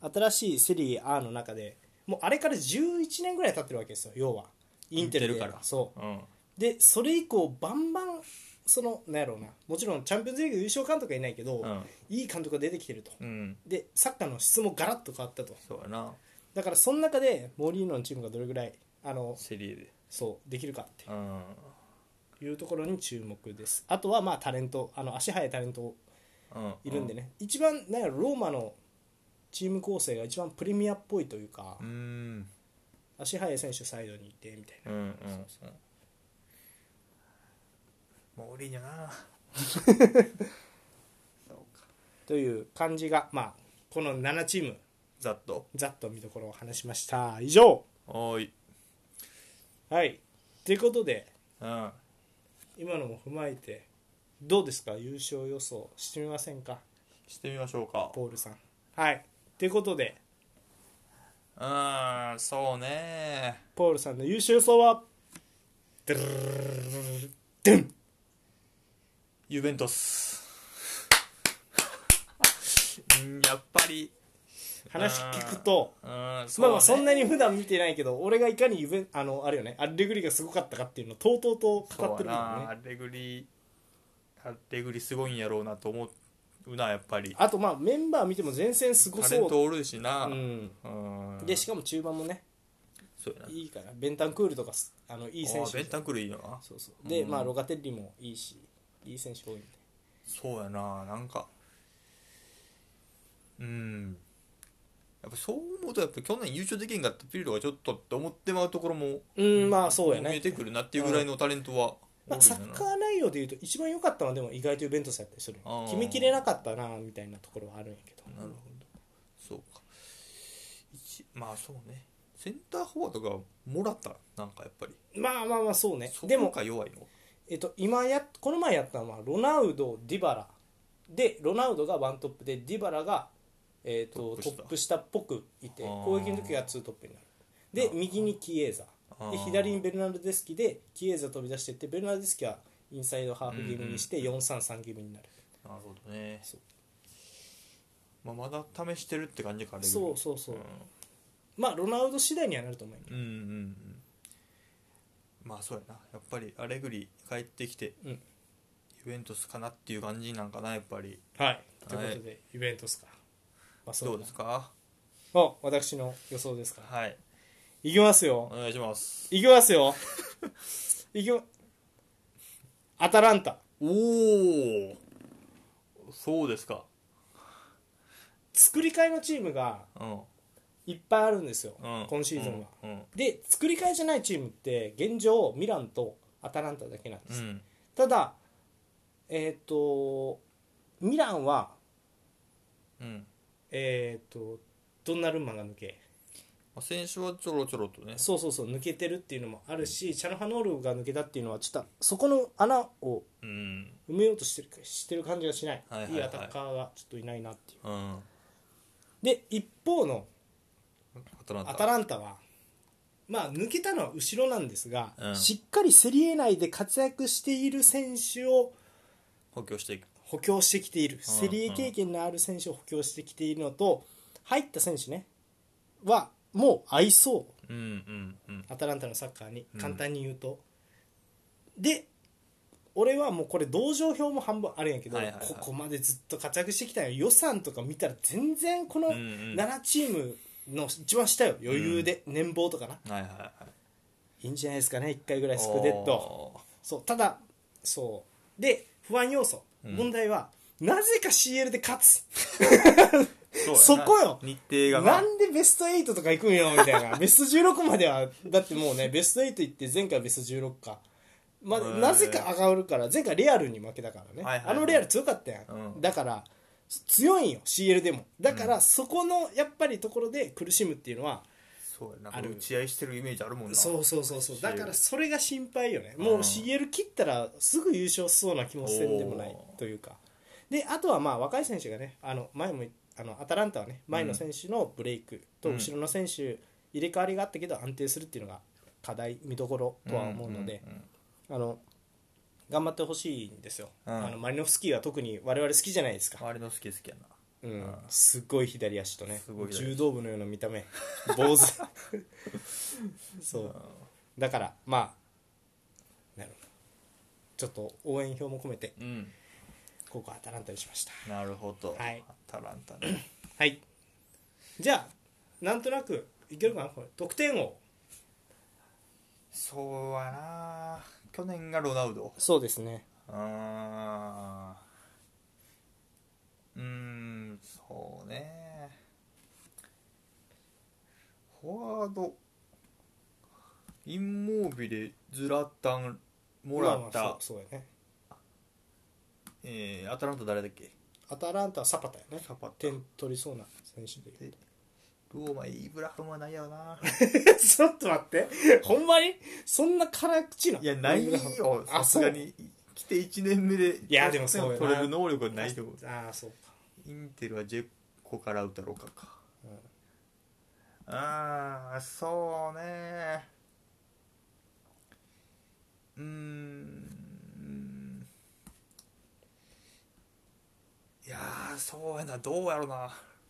新しいセリエ A の中でもうあれからじゅういちねんぐらい経ってるわけですよ、要はインテルで。 インテルからそう、 うん、 でそれ以降バンバンそのなんやろうな、もちろんチャンピオンズリーグ優勝監督はいないけど、 うん、 いい監督が出てきてると、 うん、 でサッカーの質もガラッと変わったと。 そうやな。 だからその中でモーリーノのチームがどれぐらいあのセリエでそうできるかってうんいうところに注目です。あとはまあタレント、あの足速いタレントうんいるんでね、一番なんやろローマのチーム構成が一番プレミアっぽいというか、 うん、 足速い選手サイドにいてみたいな、 うんうんうん、モーリーニョなという感じが、まあこのななチームざっとざっと見どころを話しました。以上。 おーい、 はいということでうん、 今のも踏まえてどうですか、優勝予想してみませんか、 してみましょうか。 ポールさん。はいということでうーん、そうね、 ポールさんの優勝予想はドゥルルルルルルドゥンユベントスうんやっぱり話聞くと、 うん、 まあまあそんなに普段見てないけど、俺がいかにユベンあのあれよね、アレグリがすごかったかっていうのをとうとうと語ってるからね。 アレグリアレグリすごいんやろうなと思うな、やっぱり。 あとまあメンバー見ても全然すごそう。 タレントおるしな、 うんうん、 でしかも中盤もねそうやな、 いいからベンタンクールとかあのいい選手、 あベンタンクルいいよな。 そうそうで、 うんまあロガテッリもいいし、いい選手多いんで。 そうやな、なんかうんやっぱそう思うと、やっぱ去年優勝できんかったピルロがちょっとって思ってまうところもうんまあそうやね見えてくるなっていうぐらいのタレントはまあ、サッカー内容でいうと一番良かったのはでも意外とユベントスやったりする。 あー決めきれなかったなみたいなところはあるんやけど。 なるほど、そうか、一まあそうね、センターフォワードがもらったなんかやっぱりまあまあまあそうね。 そでもこが弱いの。 えっと今やこの前やったのはロナウド、ディバラで、ロナウドがワントップでディバラがえっとトトップ下ップ下っぽくいて、 あー攻撃の時はツートップになる。であー右にキエーザであー左にベルナルデスキでキエーザ飛び出していって、ベルナルデスキはインサイドハーフ気味にしてよんさんさん気味になる。 なるほどね、 そうまあ、まだ試してるって感じか。レベルそうそうそう、まあロナウド次第にはなると思うけど、 うん、うんうんうんまあそうやな、やっぱりアレグリ帰ってきて、 うんユベントスかなっていう感じなんかな、やっぱり。 はいということで、ユベントスか、まあ、そうどうですか。 あ私の予想ですか。 はい、 いきますよお願いします。 いきますよいきまアタランタ。 おお、そうですか。 作り替えのチームがうんいっぱいあるんですよ、 うん今シーズンは、 うんうんで作り替えじゃないチームって現状ミランとアタランタだけなんです、 うんただえっ、とミランはうんえっ、とドンナルンマが抜け、 まあ、選手はちょろちょろとね。 そうそうそう抜けてるっていうのもあるし、チャルハノールが抜けたっていうのはちょっとそこの穴をうん埋めようとしてるしてる感じがしない、 はいはいはいいいアタッカーがちょっといないなっていう。 うんで一方のアタランタアタランタはまあ抜けたのは後ろなんですが、 うんしっかりセリエ内で活躍している選手を補強していく。 補強してきている、セリエ経験のある選手を補強してきているのと、入った選手ねはもう合いそううんうんうんアタランタのサッカーに、 うん簡単に言うと、で俺はもうこれ同情票も半分あるんやけど、 はいはいはいここまでずっと活躍してきたよ、予算とか見たら全然このうんうんななチームの一番下よ、余裕で、年俸とかな、 はいはいはいいいんじゃないですかね、いっかいぐらいスクデッド。 おそうただそうで不安要素、 うん問題はなぜか シーエル で勝つーそうそやなこよ。 日程がな。 なんでベストエイトとか行くんよみたいなベストじゅうろくまではだってもうねベストエイト行って前回ベストじゅうろくか、まあ、 へーなぜか上がるから前回レアルに負けたからね、 はいはいはいあのレアル強かったやん、 うんだから強いんよ シーエル でもだからそこのやっぱりところで苦しむっていうのは、 そうやな、 ある打ち合いしてるイメージあるもんな。 そうそうそうそう、 シーエルだからそれが心配よね、 うんもう シーエル 切ったらすぐ優勝しそうな気もせんでもないというか、であとはまあ若い選手がね、あの前もあのアタランタはね前の選手のブレイクと後ろの選手入れ替わりがあったけど安定するっていうのが課題見どころとは思うので、 うんうんあの頑張ってほしいんですよ、 うんあのマリノフスキーは特に我々好きじゃないですか、 周りの好き好きやな。 うん、すっごい左足とね柔道部のような見た目坊主そうだからまあなるほどちょっと応援票も込めて、うん、ここアタランタにしました。 なるほど、はい、アタランタねはいじゃあなんとなくいけるかなこれ得点王。 そうやな去年がロナウド。 そうですね。 あーうーんそうねフォワードインモービレズラタンモラタ、まあ、 そうやね。 えー、アタランタ誰だっけ。 アタランタはサパタやね。サパタ点取りそうな選手でいうローマイブラハムはないやろなちょっと待ってほんまにそんな辛口な。 いやないよさすがに来ていちねんめでいやでもそう取れる能力はないと思う。 ああそうか。 インテルはジェコから歌ろうかか、うん、ああそうねうーんいやーそうやなどうやろな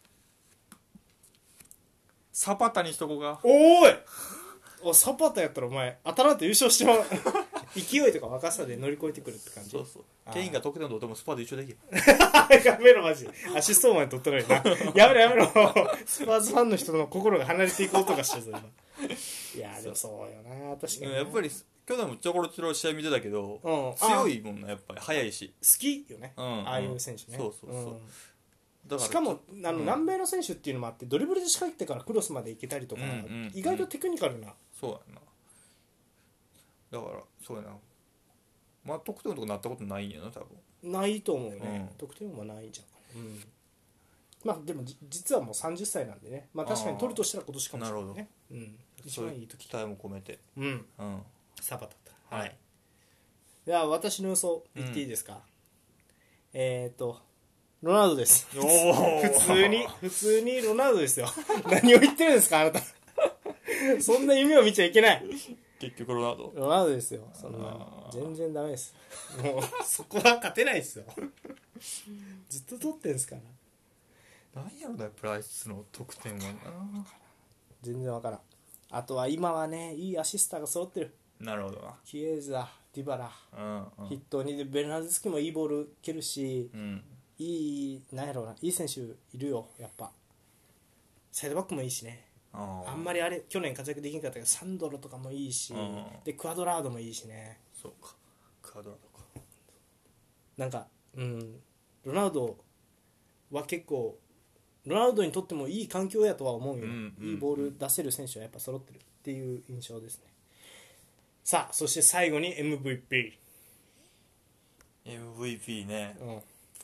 サパタにしとこうか。 おーいおサパタやったらお前アタランタ優勝してまう勢いとか若さで乗り越えてくるって感じ。 そうそうケインが得点のともスパーで一緒できるやめろマジアシスト王まで取ったのになやめろやめろスパーズファンの人の心が離れていこうとかしてるぞ今いやでもそうよな確かに、ね、 やっぱり去年もちょころちょろ試合見てたけど、うん、強いもんなやっぱり速いし好きよね、うん、ああいう選手ね。 そうそうそう、うんだからしかもあの、うん、南米の選手っていうのもあってドリブルで仕掛けてからクロスまで行けたりとか、うんうんうん、意外とテクニカルな。 そうやなだからそうやなまあ得点とかなったことないんやな多分。 ないと思うね、うん、得点もないんじゃん、うん、まあでも実はもうさんじゅっさいなんでねまあ確かに取るとしたら今年かもしれないね。なるほど、うん、一番いい時期待も込めてうん、うん、サバだったはい。では私の予想言っていいですか、うん、えっ、ー、とロナウドです普通に普通にロナウドですよ何を言ってるんですかあなたそんな夢を見ちゃいけない。 結局ロナウドロナウドですよそんな全然ダメです。もうそこは勝てないですよずっと取ってんすからなんやろなプライスの得点はな全然わからん。あとは今はねいいアシスターが揃ってる。 なるほどなキエーザディバラ、うんうん、筆頭にでベルナーデスキもいいボール蹴るし、うん、いいなんやろうないい選手いるよやっぱ。サイドバックもいいしね。 あ, あんまりあれ去年活躍できなかったけどサンドロとかもいいしでクアドラードもいいしね。 そうかクアドラードかなんかうんロナウドは結構ロナウドにとってもいい環境やとは思うよ、うんうん、いいボール出せる選手はやっぱ揃ってるっていう印象ですね。さあそして最後に エムブイピー。 エムブイピー ね、うん、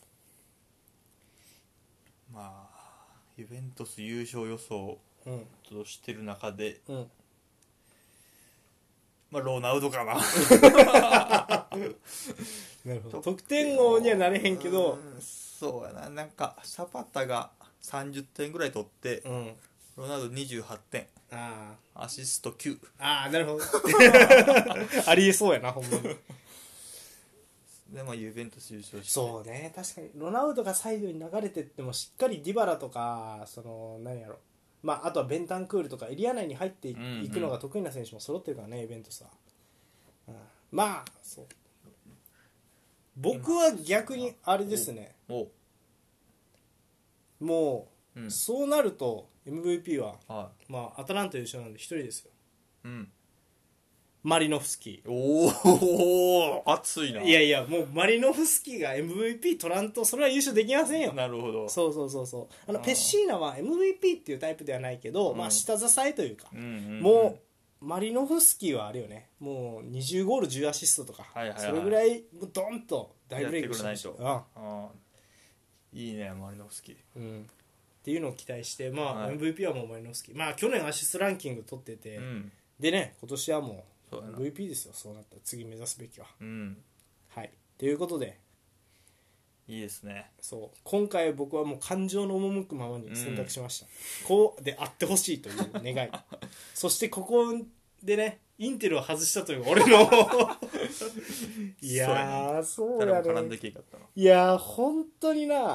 まあユベントス優勝予想としてる中で、うん、まあロナウドかななるほど得点王にはなれへんけど、 うん、そうやななんかサパタがさんじゅってんぐらい取って、うん、ロナウドにじゅうはってんあアシストきゅうああなるほどありえそうやなほんまにでまあユベントス優勝してそうね確かにロナウドがサイドに流れてってもしっかりディバラとかその何やろまああとはベンタンクールとかエリア内に入っていくのが得意な選手も揃ってるからね、うんうん、ユベントスは、うん、まあそう僕は逆にあれですねもう、うん、そうなると エムブイピー は、はい、まあアタランタ優勝なんで一人ですよ、うんマリノフスキー。 おお熱いな。 いやいやもうマリノフスキーが エムブイピー 取らんとそれは優勝できませんよ。 なるほど。 そうそうそうそうあのペッシーナは エムブイピー っていうタイプではないけど、うん、まあ下支えというか、うんうんうん、もうマリノフスキーはあれよねもうにじゅうゴールじゅうアシストとか、はいはいはい、それぐらいドンと大ブレイクしてました。ああいいねマリノフスキー、 うん、っていうのを期待してまあ、はい、エムブイピー はもうマリノフスキーまあ去年アシストランキング取ってて、うん、でね今年はもうエムブイピー ですよそうなったら次目指すべきは、うん、はいということでいいですねそう今回僕はもう感情の赴くままに選択しました、うん、こうであってほしいという願いそしてここでねインテルを外したという俺のいやーそうやねいやー本当にな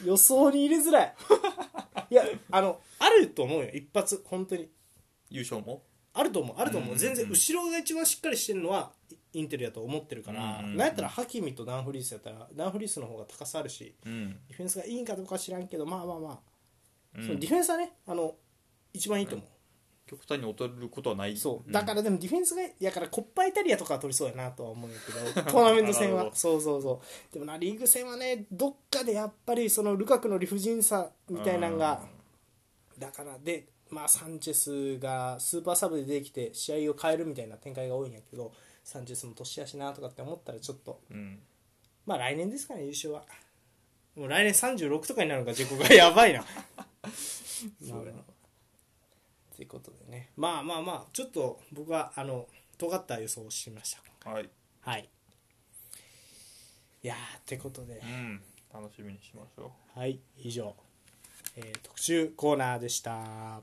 予想に入れづらいいやあのあると思うよ一発本当に優勝もあると思うあると思う、 うんうんうん、 全然後ろが一番しっかりしてるのはインテルやと思ってるから、うんうんうん、なんやったらハキミとダンフリースやったらダンフリースの方が高さあるし、うん、ディフェンスがいいんかどうか知らんけどまあまあまあ、うん、そのディフェンスはねあの一番いいと思う、 うん、極端に劣ることはないそうだからでもディフェンスがやからコッパイタリアとかは取りそうやなとは思うんだけどトーナメント戦はそうそうそうでもなリーグ戦はねどっかでやっぱりそのルカクの理不尽さみたいなのがだからでまあサンチェスがスーパーサブで出てきて試合を変えるみたいな展開が多いんやけどサンチェスも年やしなとかって思ったらちょっと、うん、まあ来年ですかね優勝はもう来年さんじゅうろくとかになるのか自己がやばいなそうやなということでねまあまあまあちょっと僕はあの尖った予想をしましたはいはいいやーってことで、 うん、楽しみにしましょうはい以上、えー、特集コーナーでした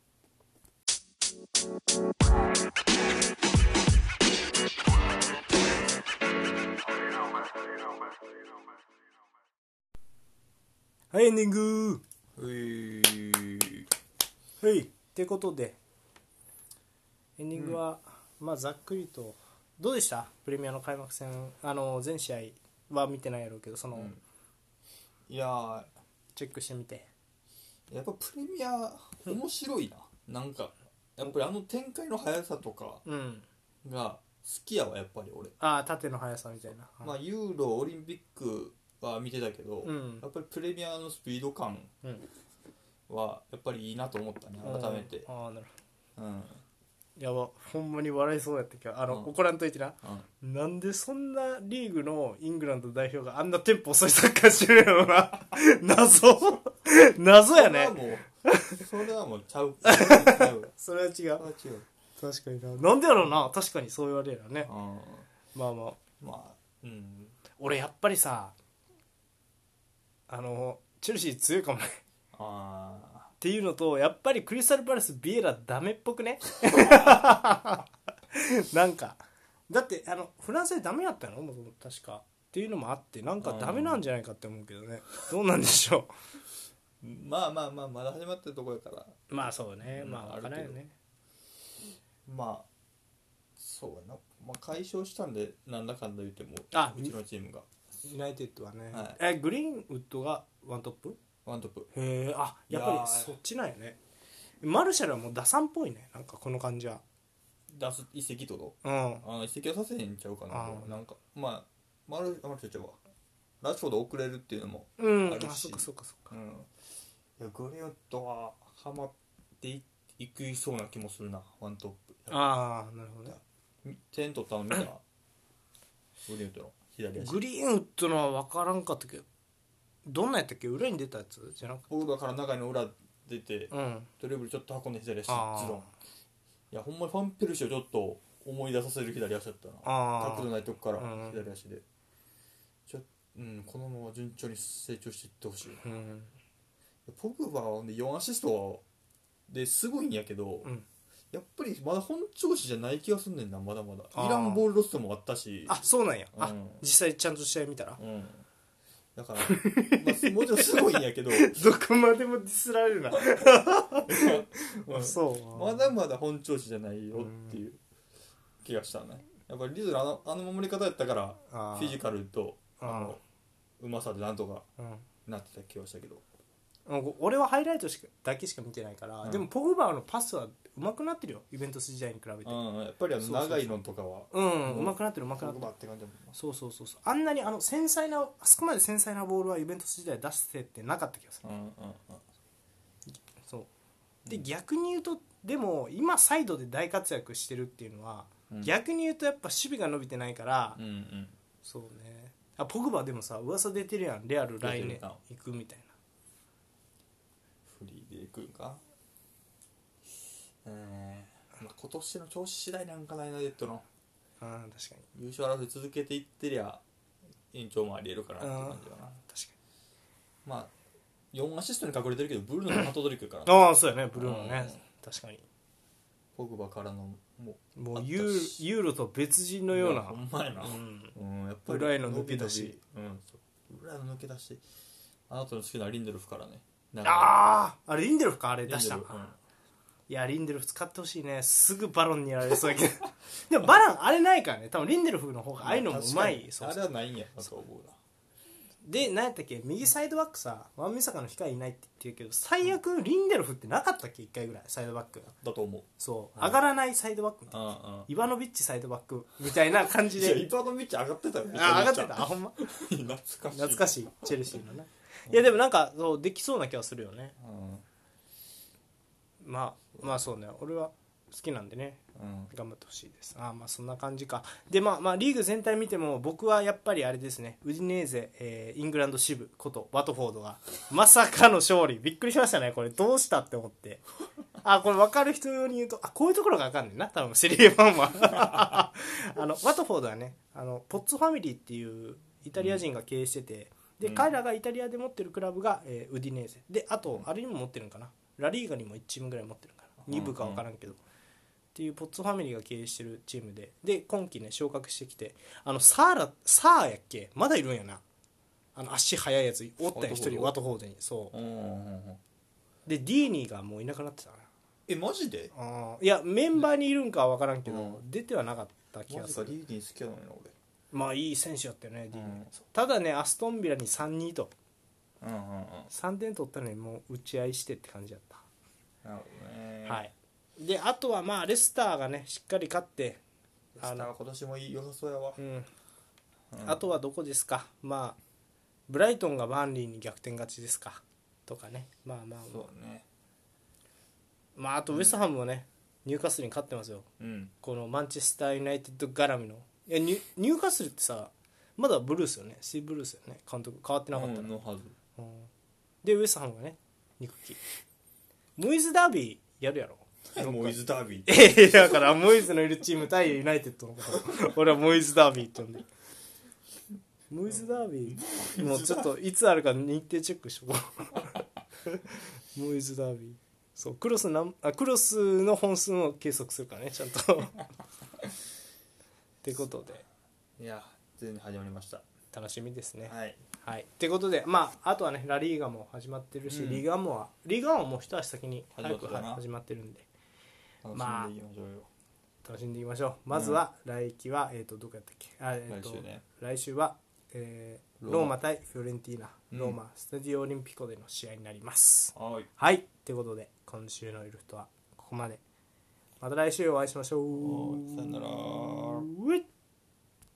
はいエンディングういはいってことでエンディングは、うん、まあざっくりとどうでしたプレミアの開幕戦あの全試合は見てないやろうけどその、うん、 いやチェックしてみてやっぱプレミア面白いな、うん、なんかやっぱりあの展開の速さとかが好きやわやっぱり俺ああ縦の速さみたいな、 まあ、ユーロオリンピックは見てたけど、うん、やっぱりプレミアのスピード感はやっぱりいいなと思ったね改めて、 うん、ああなるほど、 うんやばほんまに笑いそうやったけどあの、うん、怒らんといてな、うん、なんでそんなリーグのイングランド代表があんなテンポ遅いサッカーしてるやろな謎謎やねそれはもうちゃうそれは違う確かにななんでやろうな確かにそう言われるよね、うん、まあまあまあうん俺やっぱりさあのチェルシー強いかもねあっていうのとやっぱりクリスタルパレスビエラダメっぽくねなんかだってあのフランスでダメやったのも確かっていうのもあってなんかダメなんじゃないかって思うけどねどうなんでしょうまあまあまあまだ始まってるところやからまあそうね、うん、まあ分からんよねまあそうやな、まあ、解消したんでなんだかんだ言ってもあうちのチームがユナイテッドはね、 はい、 えグリーンウッドがワントップワントップへえあやっぱりそっちなんやねマルシャルはもう打算っぽいねなんかこの感じは出す一石とどうんあの一石はさせへんちゃうかななんかまあマルマルシャルちゃうわラッシュフォード遅れるっていうのもあるし、うん、あそっかそっかそっか、うん、いやグリーンウッドはハマっていいきそうな気もするなワントップああなるほどね点取ったの見たグリーンウッドの左足グリーンウッドのは分からんかったけどどんなやったっけ裏に出たやつじゃなくて僕だから中の裏出て、 うん、 ドリブルちょっと運んで左足ズドンいやほんまにファンペルシーをちょっと思い出させる左足だったな角度ないとこから左足で、うんちょうん、このまま順調に成長していってほしい、うん、ポグバはよんアシストですごいんやけど、うん、やっぱりまだ本調子じゃない気がすんねんなまだまだイランボールロストもあったしあそうなんや、うん、あ実際ちゃんと試合見たら、 うんだから、まあ、もちろんすごいんやけどどこまでもディスられるなまあ、そうまだまだ本調子じゃないよっていう気がしたねやっぱりリズルあの、あの守り方やったからフィジカルとあのうまさでなんとかなってた気がしたけど、 うん、俺はハイライトしかだけしか見てないから、うん、でもポグバーのパスは上手くなってるよイベントス時代に比べて、 うん、やっぱりあの長いのとかはうん上手くなってる上手くなってるって感じだもんなそうそうそうそうあんなにあの繊細なあそこまで繊細なボールはイベントス時代出してってなかった気がする、うんうんうん、そうで逆に言うとでも今サイドで大活躍してるっていうのは、うん、逆に言うとやっぱ守備が伸びてないから、うんうん、そうねあポグバでもさ噂出てるやんレアル来年行くみたいなフリーで行くんかえーまあ、今年の調子次第なんかないなレッドのあ確かに優勝争い続けていってりゃ延長もありえるかなって感じだな確かにまあよんアシストに隠れてるけどブルーノのハトトリックからああそうやねブルーノね確かにポグバからのもうもうユー、ユーロと別人のようなほんまやな、うんうん、やっぱり裏への抜け出し、 うん、そう裏への抜け出しあなたの好きなリンデルフからね。 あああれリンデルフかあれ出した、 うん、 いやリンデルフ使ってほしいね。すぐバロンにやられそうやけどでもバランあれないからね。多分リンデルフの方がああいうのもうまい。 そうそうあれはないんやなと思うな。 で何やったっけ、右サイドバックさ、ワンミサカの控えいないって言ってるけど、最悪リンデルフってなかったっけ、いっかいぐらいサイドバックだと思う。 そう、うん、上がらないサイドバックみたいな、うんうん、イバノビッチサイドバックみたいな感じでイバノビッチ上がってたよね。 あ上がってた。あほんま懐かしい懐かしいチェルシーのねいやでもなんかそうできそうな気はするよね、うん、まあまあそうね、俺は好きなんでね、うん、頑張ってほしいです。あまあそんな感じか。でまあまあリーグ全体見ても僕はやっぱりあれですね、ウディネーゼ、えー、イングランド支部ことワトフォードがまさかの勝利、びっくりしましたね。これどうしたって思ってあこれ分かる人に言うと、あこういうところが分かんねんな多分セリエファンはあのワトフォードはね、あのポッツファミリーっていうイタリア人が経営してて、で、うん、彼らがイタリアで持ってるクラブが、えー、ウディネーゼで、あとあれにも持ってるんかな、ラリーガにもいちチームぐらい持ってるんかな、に部か分からんけど、うんうんっていうポッツファミリーが経営してるチームで、で今季ね昇格してきて、あのサーラサーやっけまだいるんやな、あの足速いやつおったんや一人、ワトフォードに。そう、うんうんうん、でディーニーがもういなくなってたな。 えマジで？ あいやメンバーにいるんかは分からんけど、うん、出てはなかった気がする。 マジか、ディーニー好きやのにな俺。 まあいい選手やったよね、ディーニー、うん、ただねアストンビラに さんたいに と、うんうんうん、さんてん取ったのにもう打ち合いしてって感じだった。なるほどね。はい。であとはまあレスターがねしっかり勝って、レスターは今年もいい良さそうやわ、うんうん、 あとはどこですか、まあブライトンがバーンリーに逆転勝ちですかとかね、まあまあ、まあ、 そうね、 まああとウェストハムもね、うん、ニューカッスルに勝ってますよ、うん、このマンチェスターユナイテッド絡みの。いやニュ、ニューカッスルってさまだブルースよね、シーブルースよね、監督変わってなかったの、うん、のはず、うん、でウェストハムがね憎きモイズダービーやるやろモイズダービーえだからモイズのいるチーム対ユナイテッドのこと俺はモイズダービーって呼んでる。モイズダービーもうちょっといつあるか日程チェックしとこうモイズダービー、そうクロスなんあクロスの本数を計測するからねちゃんとってことで、 いや全然始まりました、 楽しみですね。 はいはい、ってことで、まあ、あとはねラリーガも始まってるし、うん、リーガワンもリーガワンはもう一足先に早く始まってるんで、 楽しんでいきましょうよ、まあ、楽しんでいきましょう。まずは来季は、えー、とどこやったっけ、あ、えー、と来週ね、来週は、えー、ローマ対フィオレンティーナ、うん、ローマスタディオオリンピコでの試合になります。はい、はい、ということで今週のイルフトはここまで。また来週お会いしましょう。 さよなら。